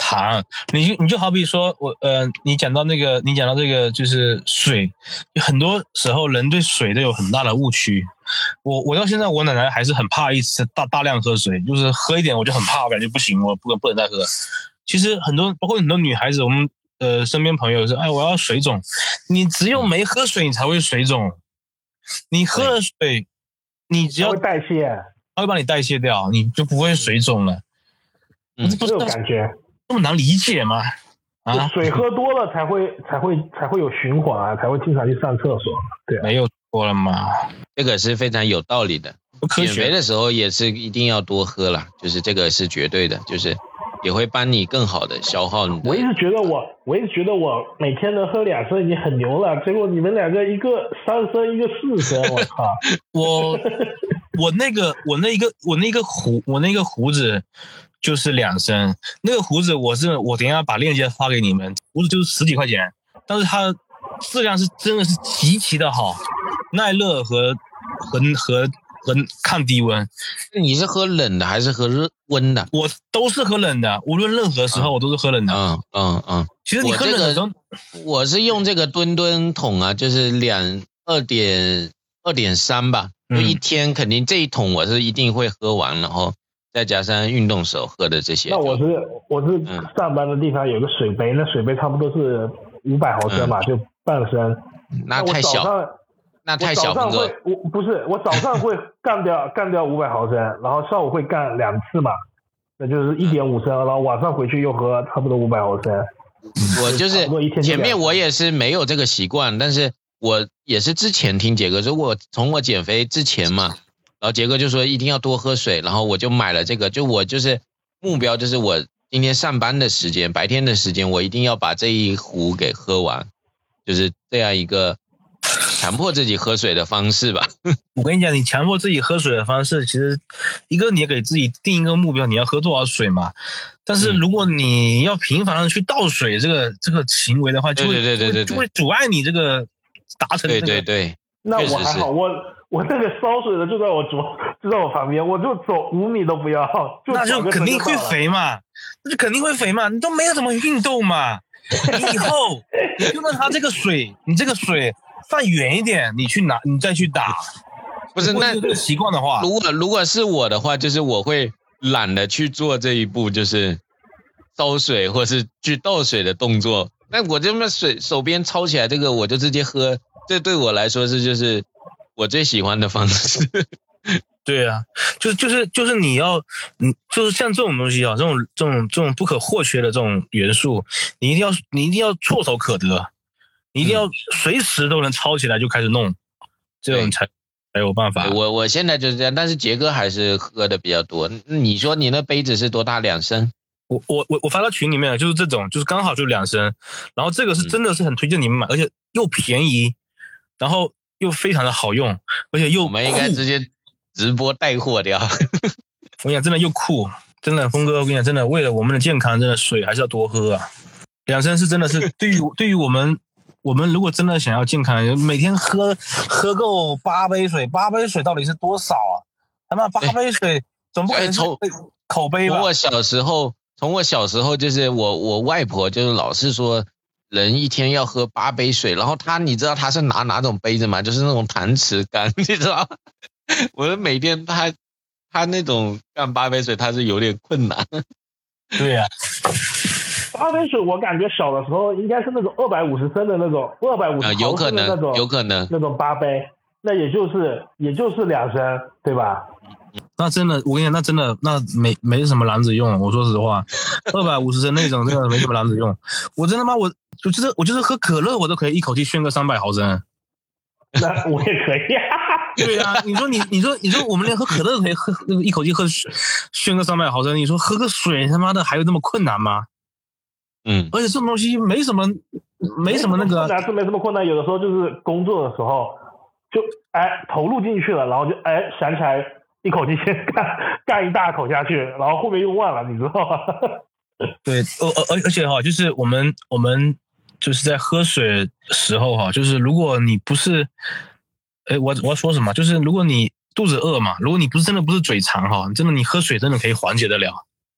糖，你就你就好比说我呃，你讲到那个，你讲到这个就是水，很多时候人对水都有很大的误区。我我到现在我奶奶还是很怕一直大大量喝水，就是喝一点我就很怕，我感觉不行，我不不能再喝。其实很多包括很多女孩子，我们呃身边朋友说，哎，我要水肿，你只有没喝水你才会水肿，你喝了水，你只要会代谢， 它会帮你代谢掉，你就不会水肿了。 嗯，这种感觉这么难理解吗？啊， 水喝多了才会才会才会有循环啊，才会经常去上厕所。对、啊， 没有多了吗？ 这个是非常有道理的。减肥的时候也是一定要多喝啦，就是这个是绝对的，就是也会帮你更好的消耗你的。 我一直觉得我，我一直觉得我每天能喝两升已经很牛了，结果你们两个一个三升，一个四升，我靠！ 我我那个我那个我那个胡我那个胡子就是两升，那个胡子我是我等一下把链接发给你们，胡子就是十几块钱，但是它质量是真的是极其的好，耐热和和和和抗低温。 你是喝冷的还是喝热温的？ 我都是喝冷的，无论任何时候我都是喝冷的。 嗯嗯嗯。 其实你喝冷的时候， 我, 我是用这个吨吨桶啊，就是两二点二点三吧，就一天肯定这一桶我是一定会喝完，然后再加上运动时候喝的这些。 那我是我是上班的地方有个水杯，那水杯差不多是五百毫升嘛，嗯、就半升。 那太小。那太小， 我早上会，我不是，我早上会干掉干掉五百毫升，然后上午会干两次嘛，那就是一点五升，然后晚上回去又喝差不多五百毫升。 我就是前面我也是没有这个习惯，但是我也是之前听杰哥说，我从我减肥之前嘛，然后杰哥就说一定要多喝水，然后我就买了这个，就我就是目标就是我今天上班的时间，白天的时间我一定要把这一壶给喝完，就是这样一个强迫自己喝水的方式吧。 我跟你讲，你强迫自己喝水的方式，其实一个你给自己定一个目标，你要喝多少水嘛。但是如果你要频繁的去倒水，这个这个行为的话，就会对对对对对就会阻碍你这个达成、这个。 对对对。 那我还好，我我那个烧水的就在我左就在我旁边，我就走五米都不要，就那就肯定会肥嘛，那就肯定会肥嘛，你都没有怎么运动嘛，你以后你就让它这个水，你这个水。放远一点，你去拿，你再去打。 不是那这个习惯的话， 如果如果是我的话，就是我会懒得去做这一步，就是烧水或是去倒水的动作。那我这么水手边抄起来这个，我就直接喝。这对我来说是就是我最喜欢的方式。 对啊，就是就是就是你要，嗯，就是像这种东西啊，这种这种这种不可或缺的这种元素，你一定要你一定要唾手可得。你一定要随时都能抄起来就开始弄，这种才才有办法。 我我现在就是这样，但是杰哥还是喝的比较多。你说你那杯子是多大？两升？ 我我我我发到群里面就是这种，就是刚好就两升。然后这个是真的是很推荐你们买，而且又便宜，然后又非常的好用，而且又我们应该直接直播带货掉。 我跟你讲，真的又酷，真的峰哥，我跟你讲，真的为了我们的健康，真的水还是要多喝啊。两升是真的是对于对于我们。我们如果真的想要健康，每天喝喝够八杯水，八杯水到底是多少啊？他妈八杯水总不可能是口碑吧？ 从我小时候，从我小时候就是我我外婆就是老是说，人一天要喝八杯水，然后她你知道她是拿哪种杯子吗？就是那种搪瓷缸，你知道？我说每天她她那种干八杯水，她是有点困难。 对呀、啊。 八杯水，我感觉小的时候应该是那种二百五十升的那种，二百五十毫升的那种， 有可能， 那种八杯，那也就是也就是两升，对吧？ 那真的，我跟你讲，那真的那没没什么篮子用。我说实话，二百五十升那种真的没什么篮子用。我真的妈，我我就是我就是喝可乐，我都可以一口气炫个三百毫升。 那我也可以啊。 对啊，你说你你说你说我们连喝可乐都可以喝一口气喝炫个三百毫升，你说喝个水他妈的还有这么困难吗？ 嗯， 而且这种东西没什么，没什么那个， 是没什么困难。有的时候就是工作的时候，就哎投入进去了，然后就哎想起来一口气先干干一大口下去，然后后面又忘了，你知道吗？ 对，而而而且哈，就是我们我们就是在喝水的时候哈，就是如果你不是，哎，我我要说什么？就是如果你肚子饿嘛，如果你不是真的不是嘴馋哈，真的你喝水真的可以缓解得了。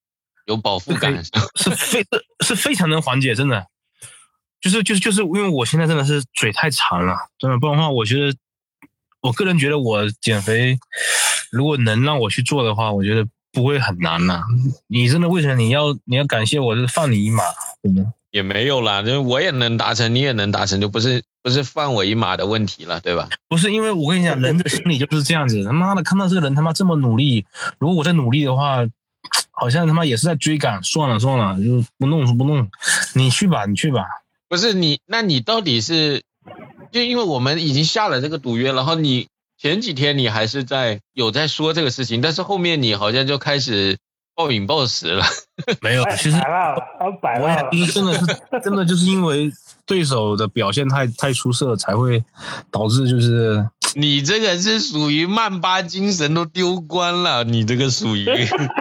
有饱腹感， 是非是非常能缓解，真的。就是就是就是因为我现在真的是嘴太长了，真的，不然的话，我觉得我个人觉得我减肥，如果能让我去做的话，我觉得不会很难呐、啊。你真的为什么你要你要感谢我，是放你一马，真的也没有啦，就是我也能达成，你也能达成，就不是不是放我一马的问题了，对吧？ 不是，因为我跟你讲，人的心理就是这样子，他妈的看到这个人他妈这么努力，如果我在努力的话，好像他妈也是在追赶，算了算了，就不弄不弄，你去吧，你去吧。 不是你，那你到底是，就因为我们已经下了这个赌约，然后你前几天你还是在有在说这个事情，但是后面你好像就开始暴饮暴食了。 没有，其实摆烂了，摆烂了。 真的是真的就是因为对手的表现太太出色，才会导致就是你这个是属于曼巴精神都丢光了，你这个属于。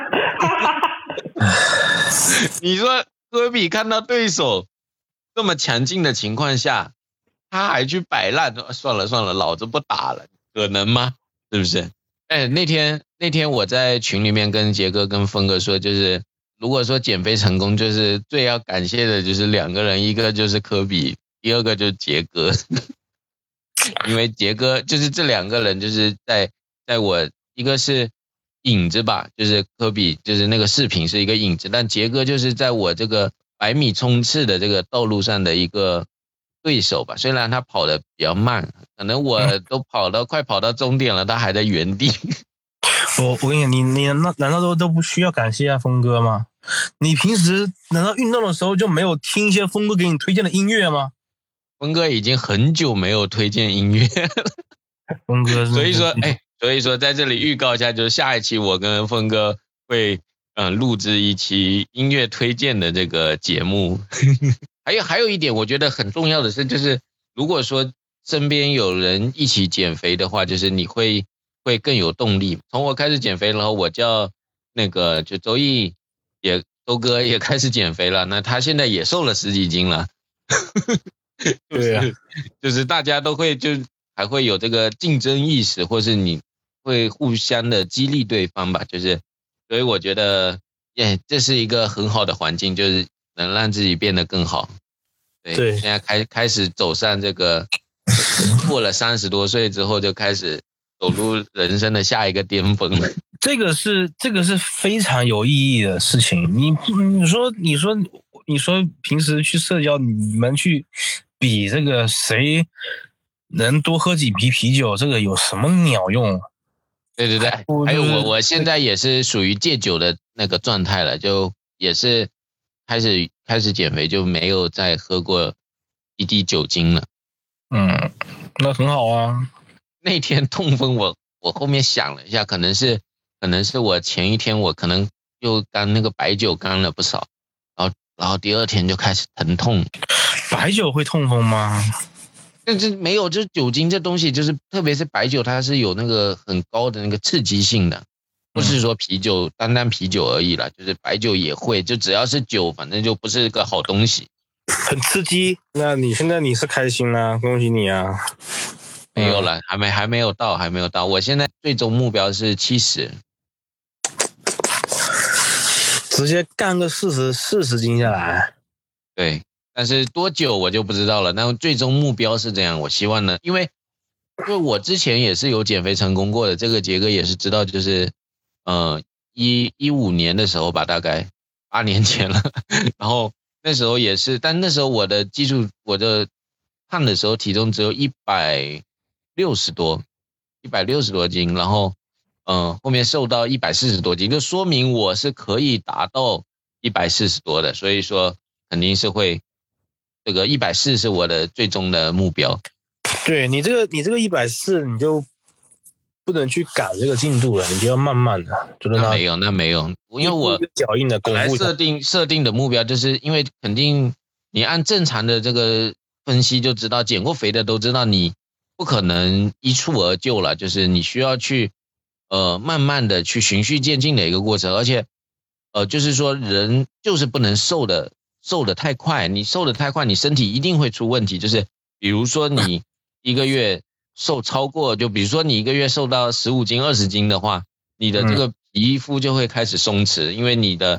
你说科比看到对手这么强劲的情况下，他还去摆烂，算了算了，老子不打了，可能吗？是不是？哎，那天那天我在群里面跟杰哥跟峰哥说，就是如果说减肥成功，就是最要感谢的就是两个人，一个就是科比，第二个就是杰哥。因为杰哥就是这两个人就是在在我一个是影子吧，就是科比就是那个视频是一个影子，但杰哥就是在我这个百米冲刺的这个道路上的一个对手吧，虽然他跑得比较慢，可能我都跑到、嗯、快跑到终点了，他还在原地。 我我跟你讲，你你难难道都都不需要感谢啊峰哥吗？你平时难道运动的时候就没有听一些峰哥给你推荐的音乐吗？ 峰哥已经很久没有推荐音乐了， 峰哥， 所以说哎，所以说在这里预告一下，就是下一期我跟峰哥会嗯、呃、录制一期音乐推荐的这个节目。还有还有一点我觉得很重要的是，就是如果说身边有人一起减肥的话，就是你会会更有动力。从我开始减肥，然后我叫那个就周毅也周哥也开始减肥了，那他现在也瘦了十几斤了。 对啊， 就是大家都会就还会有这个竞争意识，或是你会互相的激励对方吧，就是所以我觉得耶，这是一个很好的环境，就是能让自己变得更好。对， 对， 现在开开始走上这个过了三十多岁之后就开始走入人生的下一个巅峰了。 这个是这个是非常有意义的事情。你你说你说你说平时去社交，你们去比这个谁能多喝几瓶啤酒，这个有什么鸟用？ 对对对，还有我我现在也是属于戒酒的那个状态了，就也是开始开始减肥，就没有再喝过一滴酒精了。 嗯，那很好啊。 那天痛风我我后面想了一下，可能是可能是我前一天我可能又干那个白酒干了不少，然后然后第二天就开始疼痛。 白酒会痛风吗？ 但是没有，就是酒精这东西，就是特别是白酒，它是有那个很高的那个刺激性的，不是说啤酒、嗯、单单啤酒而已啦，就是白酒也会，就只要是酒，反正就不是个好东西。 很刺激。那你现在你是开心啦、啊，恭喜你啊！ 没有了，还没还没有到，还没有到。我现在最终目标是七十， 直接干个四十四十斤下来。 对。但是多久我就不知道了，但最终目标是这样。我希望呢，因为因为我之前也是有减肥成功过的，这个杰哥也是知道，就是呃一一五年的时候吧，大概八年前了。然后那时候也是，但那时候我的基础，我的胖的时候体重只有一百六十多，一百六十多斤，然后嗯、呃、后面瘦到一百四十多斤，就说明我是可以达到一百四十多的，所以说肯定是会。这个一百四是我的最终的目标。 对，你这个你这个一百四你就不能去赶这个进度了，你就要慢慢的。 那没有，那没有，因为我脚印的本来设定设定的目标，就是因为肯定你按正常的这个分析就知道，减过肥的都知道你不可能一蹴而就了，就是你需要去呃慢慢的去循序渐进的一个过程，而且呃就是说人就是不能瘦的。瘦得太快，你瘦得太快，你身体一定会出问题。就是比如说你一个月瘦超过，就比如说你一个月瘦到十五斤、二十斤的话，你的这个皮肤就会开始松弛，因为你的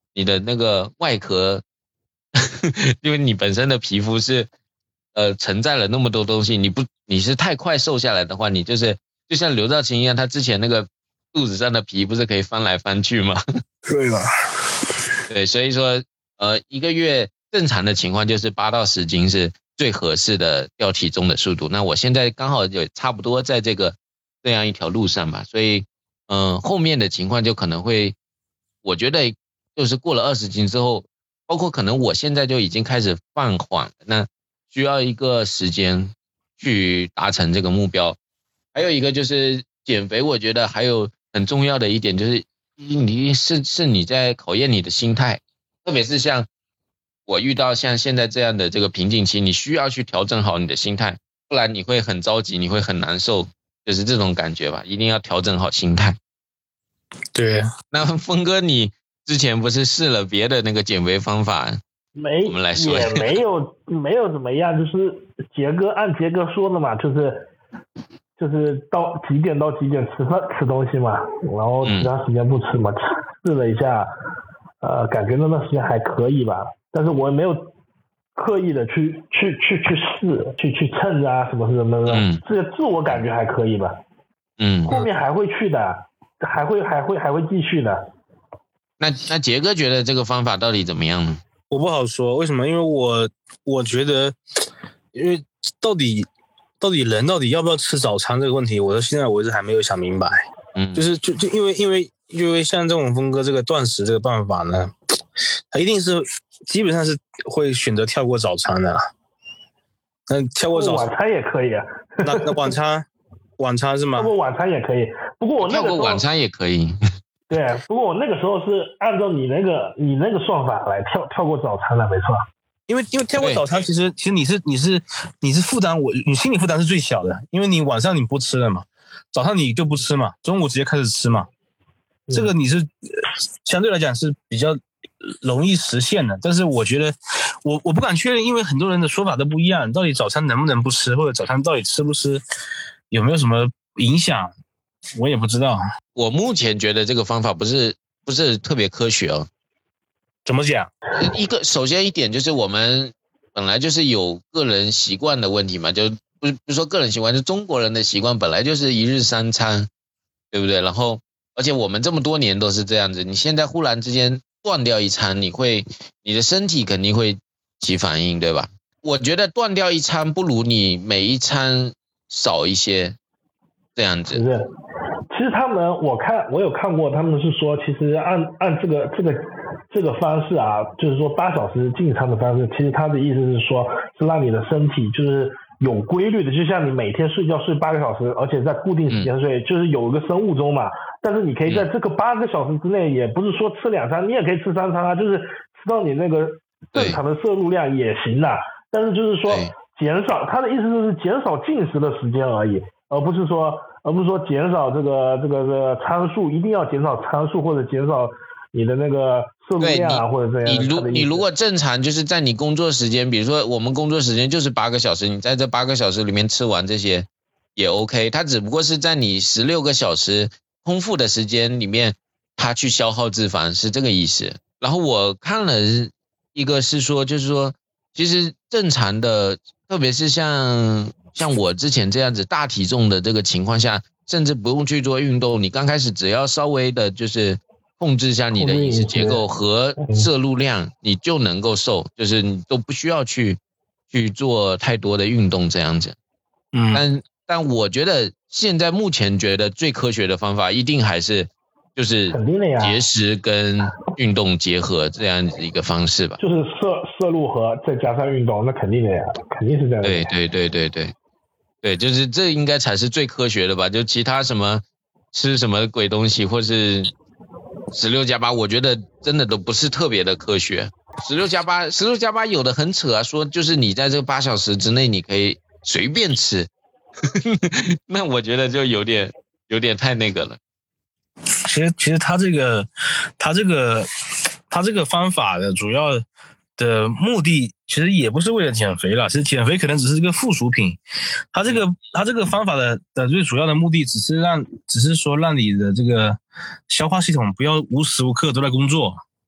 你的那个外壳，因为你本身的皮肤是呃承载了那么多东西，你不你是太快瘦下来的话，你就是就像刘兆勤一样，他之前那个肚子上的皮不是可以翻来翻去吗？ 对吧？ 对，所以说呃一个月正常的情况就是八到十斤是最合适的掉体重的速度。那我现在刚好有差不多在这个这样一条路上吧，所以嗯、呃、后面的情况就可能会，我觉得就是过了二十斤之后，包括可能我现在就已经开始放缓了，那需要一个时间去达成这个目标。还有一个就是减肥，我觉得还有很重要的一点就是你是是你在考验你的心态，特别是像我遇到像现在这样的这个瓶颈期，你需要去调整好你的心态，不然你会很着急，你会很难受，就是这种感觉吧，一定要调整好心态。 对， 那峰哥，你之前不是试了别的那个减肥方法？ 没， 我们来说也没有没有怎么样，就是杰哥按杰哥说的嘛，就是就是到几点到几点吃饭吃东西嘛，然后其他时间不吃嘛，试了一下，呃，感觉那段时间还可以吧，但是我也没有刻意的去去去去试，去去称啊什么什么的， 嗯， 这个自我感觉还可以吧， 嗯， 后面还会去的，还会还会还会继续的。 那那杰哥觉得这个方法到底怎么样呢？ 我不好说，为什么？因为我我觉得，因为到底到底人到底要不要吃早餐这个问题，我到现在为止还没有想明白。 嗯， 就是就就因为因为因为像这种峰哥这个断食这个办法呢，他一定是基本上是会选择跳过早餐的。那跳过早餐， 晚餐也可以啊。 那那晚餐晚餐是吗？ 跳过晚餐也可以，不过我那个跳过晚餐也可以。 对，不过我那个时候是按照你那个你那个算法来跳跳过早餐的，没错。 因为因为跳过早餐，其实其实你是你是你是负担我你心理负担是最小的，因为你晚上你不吃了嘛，早上你就不吃嘛，中午直接开始吃嘛，这个你是相对来讲是比较容易实现的。但是我觉得我我不敢确认，因为很多人的说法都不一样，到底早餐能不能不吃，或者早餐到底吃不吃，有没有什么影响，我也不知道。 我目前觉得这个方法不是不是特别科学哦。 怎么讲？ 一个首先一点就是我们本来就是有个人习惯的问题嘛，就不是不是说个人习惯，就中国人的习惯本来就是一日三餐，对不对？然后而且我们这么多年都是这样子，你现在忽然之间断掉一餐，你会你的身体肯定会起反应，对吧？我觉得断掉一餐不如你每一餐少一些这样子。 是，其实他们我看我有看过，他们是说其实按按这个这个这个方式啊，就是说八小时进餐的方式，其实他的意思是说是让你的身体就是有规律的，就像你每天睡觉睡八个小时，而且在固定时间睡，嗯、就是有一个生物钟嘛。但是你可以在这个八个小时之内，也不是说吃两餐，你也可以吃三餐啊，就是吃到你那个正常的摄入量也行的。但是就是说减少，他的意思就是减少进食的时间而已，而不是说而不是说减少这个这个这个参数，一定要减少参数或者减少你的那个摄入量啊，或者这样。 你如你如果正常就是在你工作时间，比如说我们工作时间就是八个小时，你在这八个小时里面吃完这些也 OK， 它只不过是在你十六个小时空腹的时间里面，它去消耗脂肪是这个意思。然后我看了一个是说，就是说其实正常的，特别是像像我之前这样子大体重的这个情况下，甚至不用去做运动，你刚开始只要稍微的就是控制一下你的饮食结构和摄入量，你就能够瘦，就是你都不需要去去做太多的运动这样子。 嗯， 但但我觉得现在目前觉得最科学的方法，一定还是就是节食跟运动结合这样子一个方式吧。 就是摄摄入和再加上运动，那肯定的呀，肯定是这样的。 对对对对对对，就是这应该才是最科学的吧？就其他什么吃什么鬼东西，或是十六加八，我觉得真的都不是特别的科学。十六加八，十六加八有的很扯啊，说就是你在这八小时之内你可以随便吃，那我觉得就有点有点太那个了。 其实其实他这个他这个他这个方法的主要的目的其实也不是为了减肥了，其实减肥可能只是一个附属品。他这个他这个方法的的最主要的目的只是让只是说让你的这个消化系统不要无时无刻都在工作，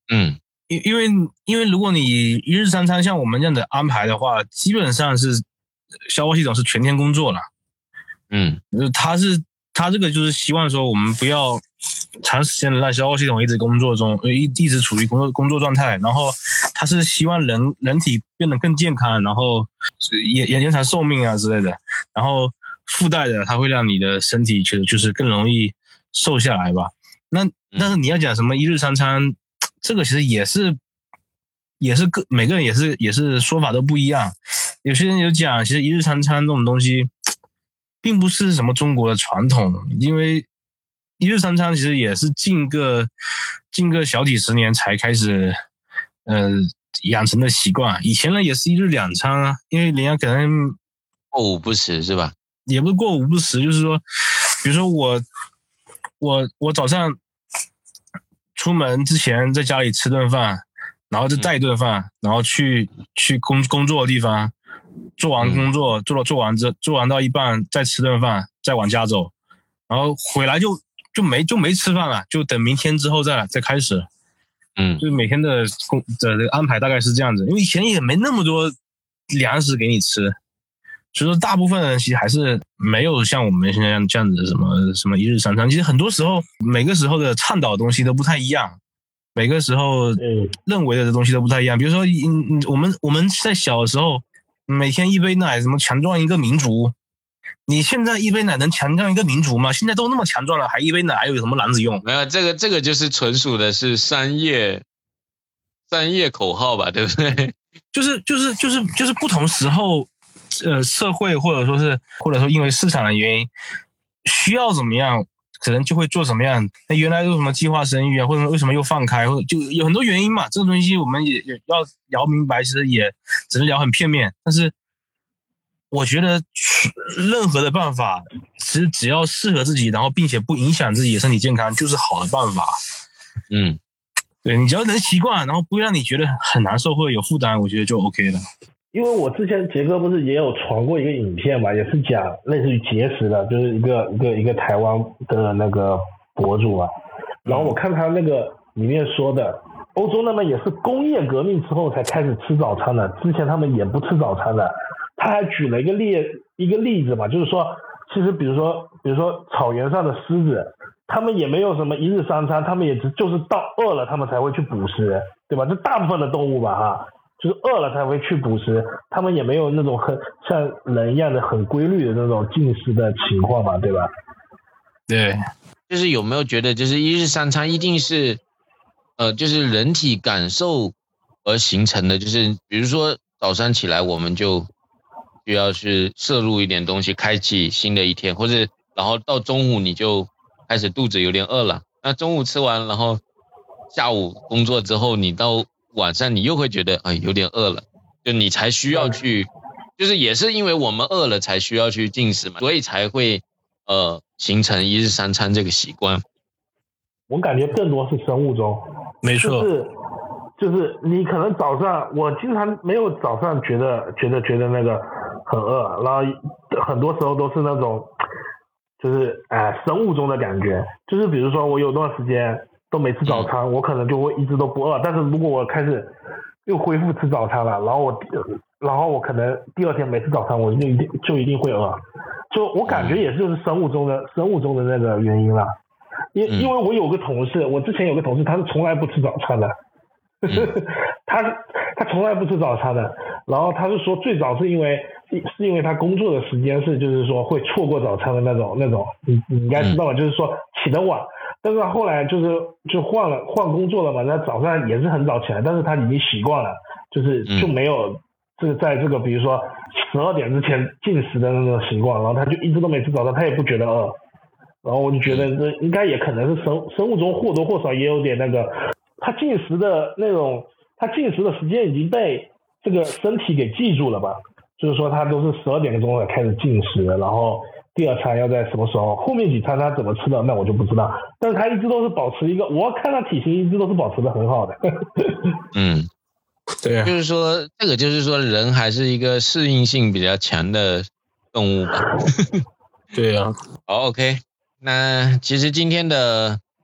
嗯， 因因为因为如果你一日三餐像我们这样的安排的话，基本上是消化系统是全天工作了。 嗯， 他是他这个就是希望说我们不要长时间的让消化系统一直工作中，一一直处于工作工作状态，然后他是希望人人体变得更健康，然后延延长寿命啊之类的，然后附带的它会让你的身体觉得就是更容易瘦下来吧。那但是你要讲什么一日三餐，这个其实也是也是个每个人也是也是说法都不一样。有些人有讲，其实一日三餐这种东西并不是什么中国的传统，因为一日三餐其实也是近个近个小几十年才开始呃养成的习惯。以前呢也是一日两餐啊，因为人家可能过午不食是吧？ 也不是过午不食，就是说比如说我我我早上出门之前在家里吃顿饭，然后就带一顿饭，嗯、然后去去工工作的地方做完工作，嗯、做了做完之做完到一半再吃顿饭，再往家走，然后回来就就没就没吃饭了，就等明天之后再来再开始。 嗯， 就是每天的工的安排大概是这样子，因为以前也没那么多粮食给你吃，所以说大部分人其实还是没有像我们现在这样子的什么什么一日三餐。其实很多时候每个时候的倡导的东西都不太一样，每个时候认为的东西都不太一样。比如说我们我们在小的时候每天一杯奶什么强壮一个民族，你现在一杯奶能强壮一个民族吗？现在都那么强壮了，还一杯奶还有什么篮子用？ 没有，这个这个就是纯属的是商业商业口号吧，对不对？ 就是就是就是就是不同时候，呃，社会或者说是或者说因为市场的原因，需要怎么样，可能就会做什么样。那原来有什么计划生育啊，或者为什么又放开，或者就有很多原因嘛。这个东西我们也也要聊明白，其实也只能聊很片面，但是。我觉得任何的办法，其实只要适合自己，然后并且不影响自己的身体健康，就是好的办法。 嗯， 对，你只要能习惯，然后不会让你觉得很难受或者有负担，我觉得就 OK 了。 因为我之前杰哥不是也有传过一个影片嘛，也是讲类似于节食的，就是一个一个一个台湾的那个博主嘛。然后我看他那个里面说的，欧洲那边也是工业革命之后才开始吃早餐的，之前他们也不吃早餐的。他还举了一个例一个例子嘛，就是说，其实比如说比如说草原上的狮子，他们也没有什么一日三餐，他们也只就是到饿了他们才会去捕食，对吧？这大部分的动物吧哈，就是饿了才会去捕食，他们也没有那种很像人一样的很规律的那种进食的情况嘛，对吧？ 对， 就是有没有觉得就是一日三餐一定是呃就是人体感受而形成的，就是比如说早上起来我们就需要去摄入一点东西，开启新的一天，或者然后到中午你就开始肚子有点饿了，那中午吃完，然后下午工作之后，你到晚上你又会觉得哎有点饿了，就你才需要去，就是也是因为我们饿了才需要去进食嘛，所以才会呃形成一日三餐这个习惯。 我感觉更多是生物钟， 没错。 就是就是你可能早上，我经常没有早上觉得觉得觉得那个很饿，然后很多时候都是那种就是哎、呃、生物钟的感觉，就是比如说我有段时间都没吃早餐，嗯、我可能就会一直都不饿，但是如果我开始又恢复吃早餐了，然后我然后我可能第二天没吃早餐，我就一定就一定会饿，就我感觉也是就是生物钟的生物钟的那个原因了，因因为我有个同事，我之前有个同事他是从来不吃早餐的。他他从来不吃早餐的，然后他是说最早是因为是因为他工作的时间是就是说会错过早餐的那种那种，你你应该知道吧，就是说起得晚，但是后来就是就换了换工作了嘛，那早上也是很早起来，但是他已经习惯了，就是就没有这个在这个比如说十二点之前进食的那种习惯，然后他就一直都没吃早餐，他也不觉得饿，然后我就觉得这应该也可能是生生物钟或多或少也有点那个。他进食的那种，他进食的时间已经被这个身体给记住了吧？就是说他都是十二点钟才开始进食，然后第二餐要在什么时候，后面几餐他怎么吃的，那我就不知道。但是他一直都是保持一个，我看他体型一直都是保持的很好的。 嗯， 对啊， 就是说这个就是说人还是一个适应性比较强的动物吧。 对啊。 好 ，OK， 那其实今天的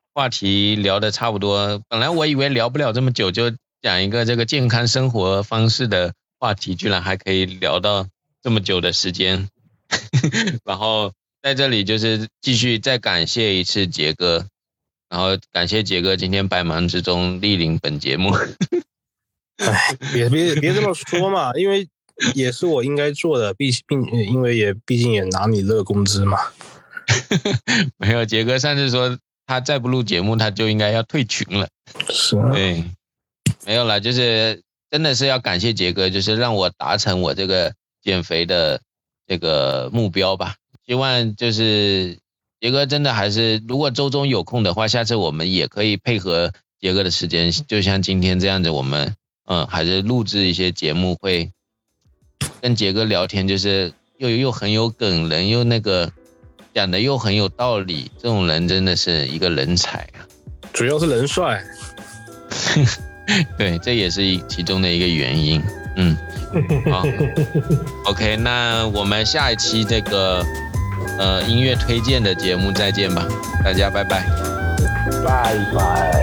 话题聊得差不多。本来我以为聊不了这么久，就讲一个这个健康生活方式的话题，居然还可以聊到这么久的时间。然后在这里就是继续再感谢一次杰哥，然后感谢杰哥今天百忙之中莅临本节目。 哎，别别别这么说嘛，因为也是我应该做的，毕并因为也毕竟也拿你这个工资嘛。 没有，杰哥上次说他再不录节目，他就应该要退群了。 是啊， 对，没有啦，就是真的是要感谢杰哥，就是让我达成我这个减肥的这个目标吧。希望就是杰哥真的还是，如果周中有空的话，下次我们也可以配合杰哥的时间，就像今天这样子，我们嗯还是录制一些节目，会跟杰哥聊天，就是又又很有梗，人又那个讲的又很有道理，这种人真的是一个人才啊！ 主要是人帅。 对，这也是一其中的一个原因。嗯，好 ，OK， 那我们下一期这个呃音乐推荐的节目再见吧，大家拜拜， 拜拜。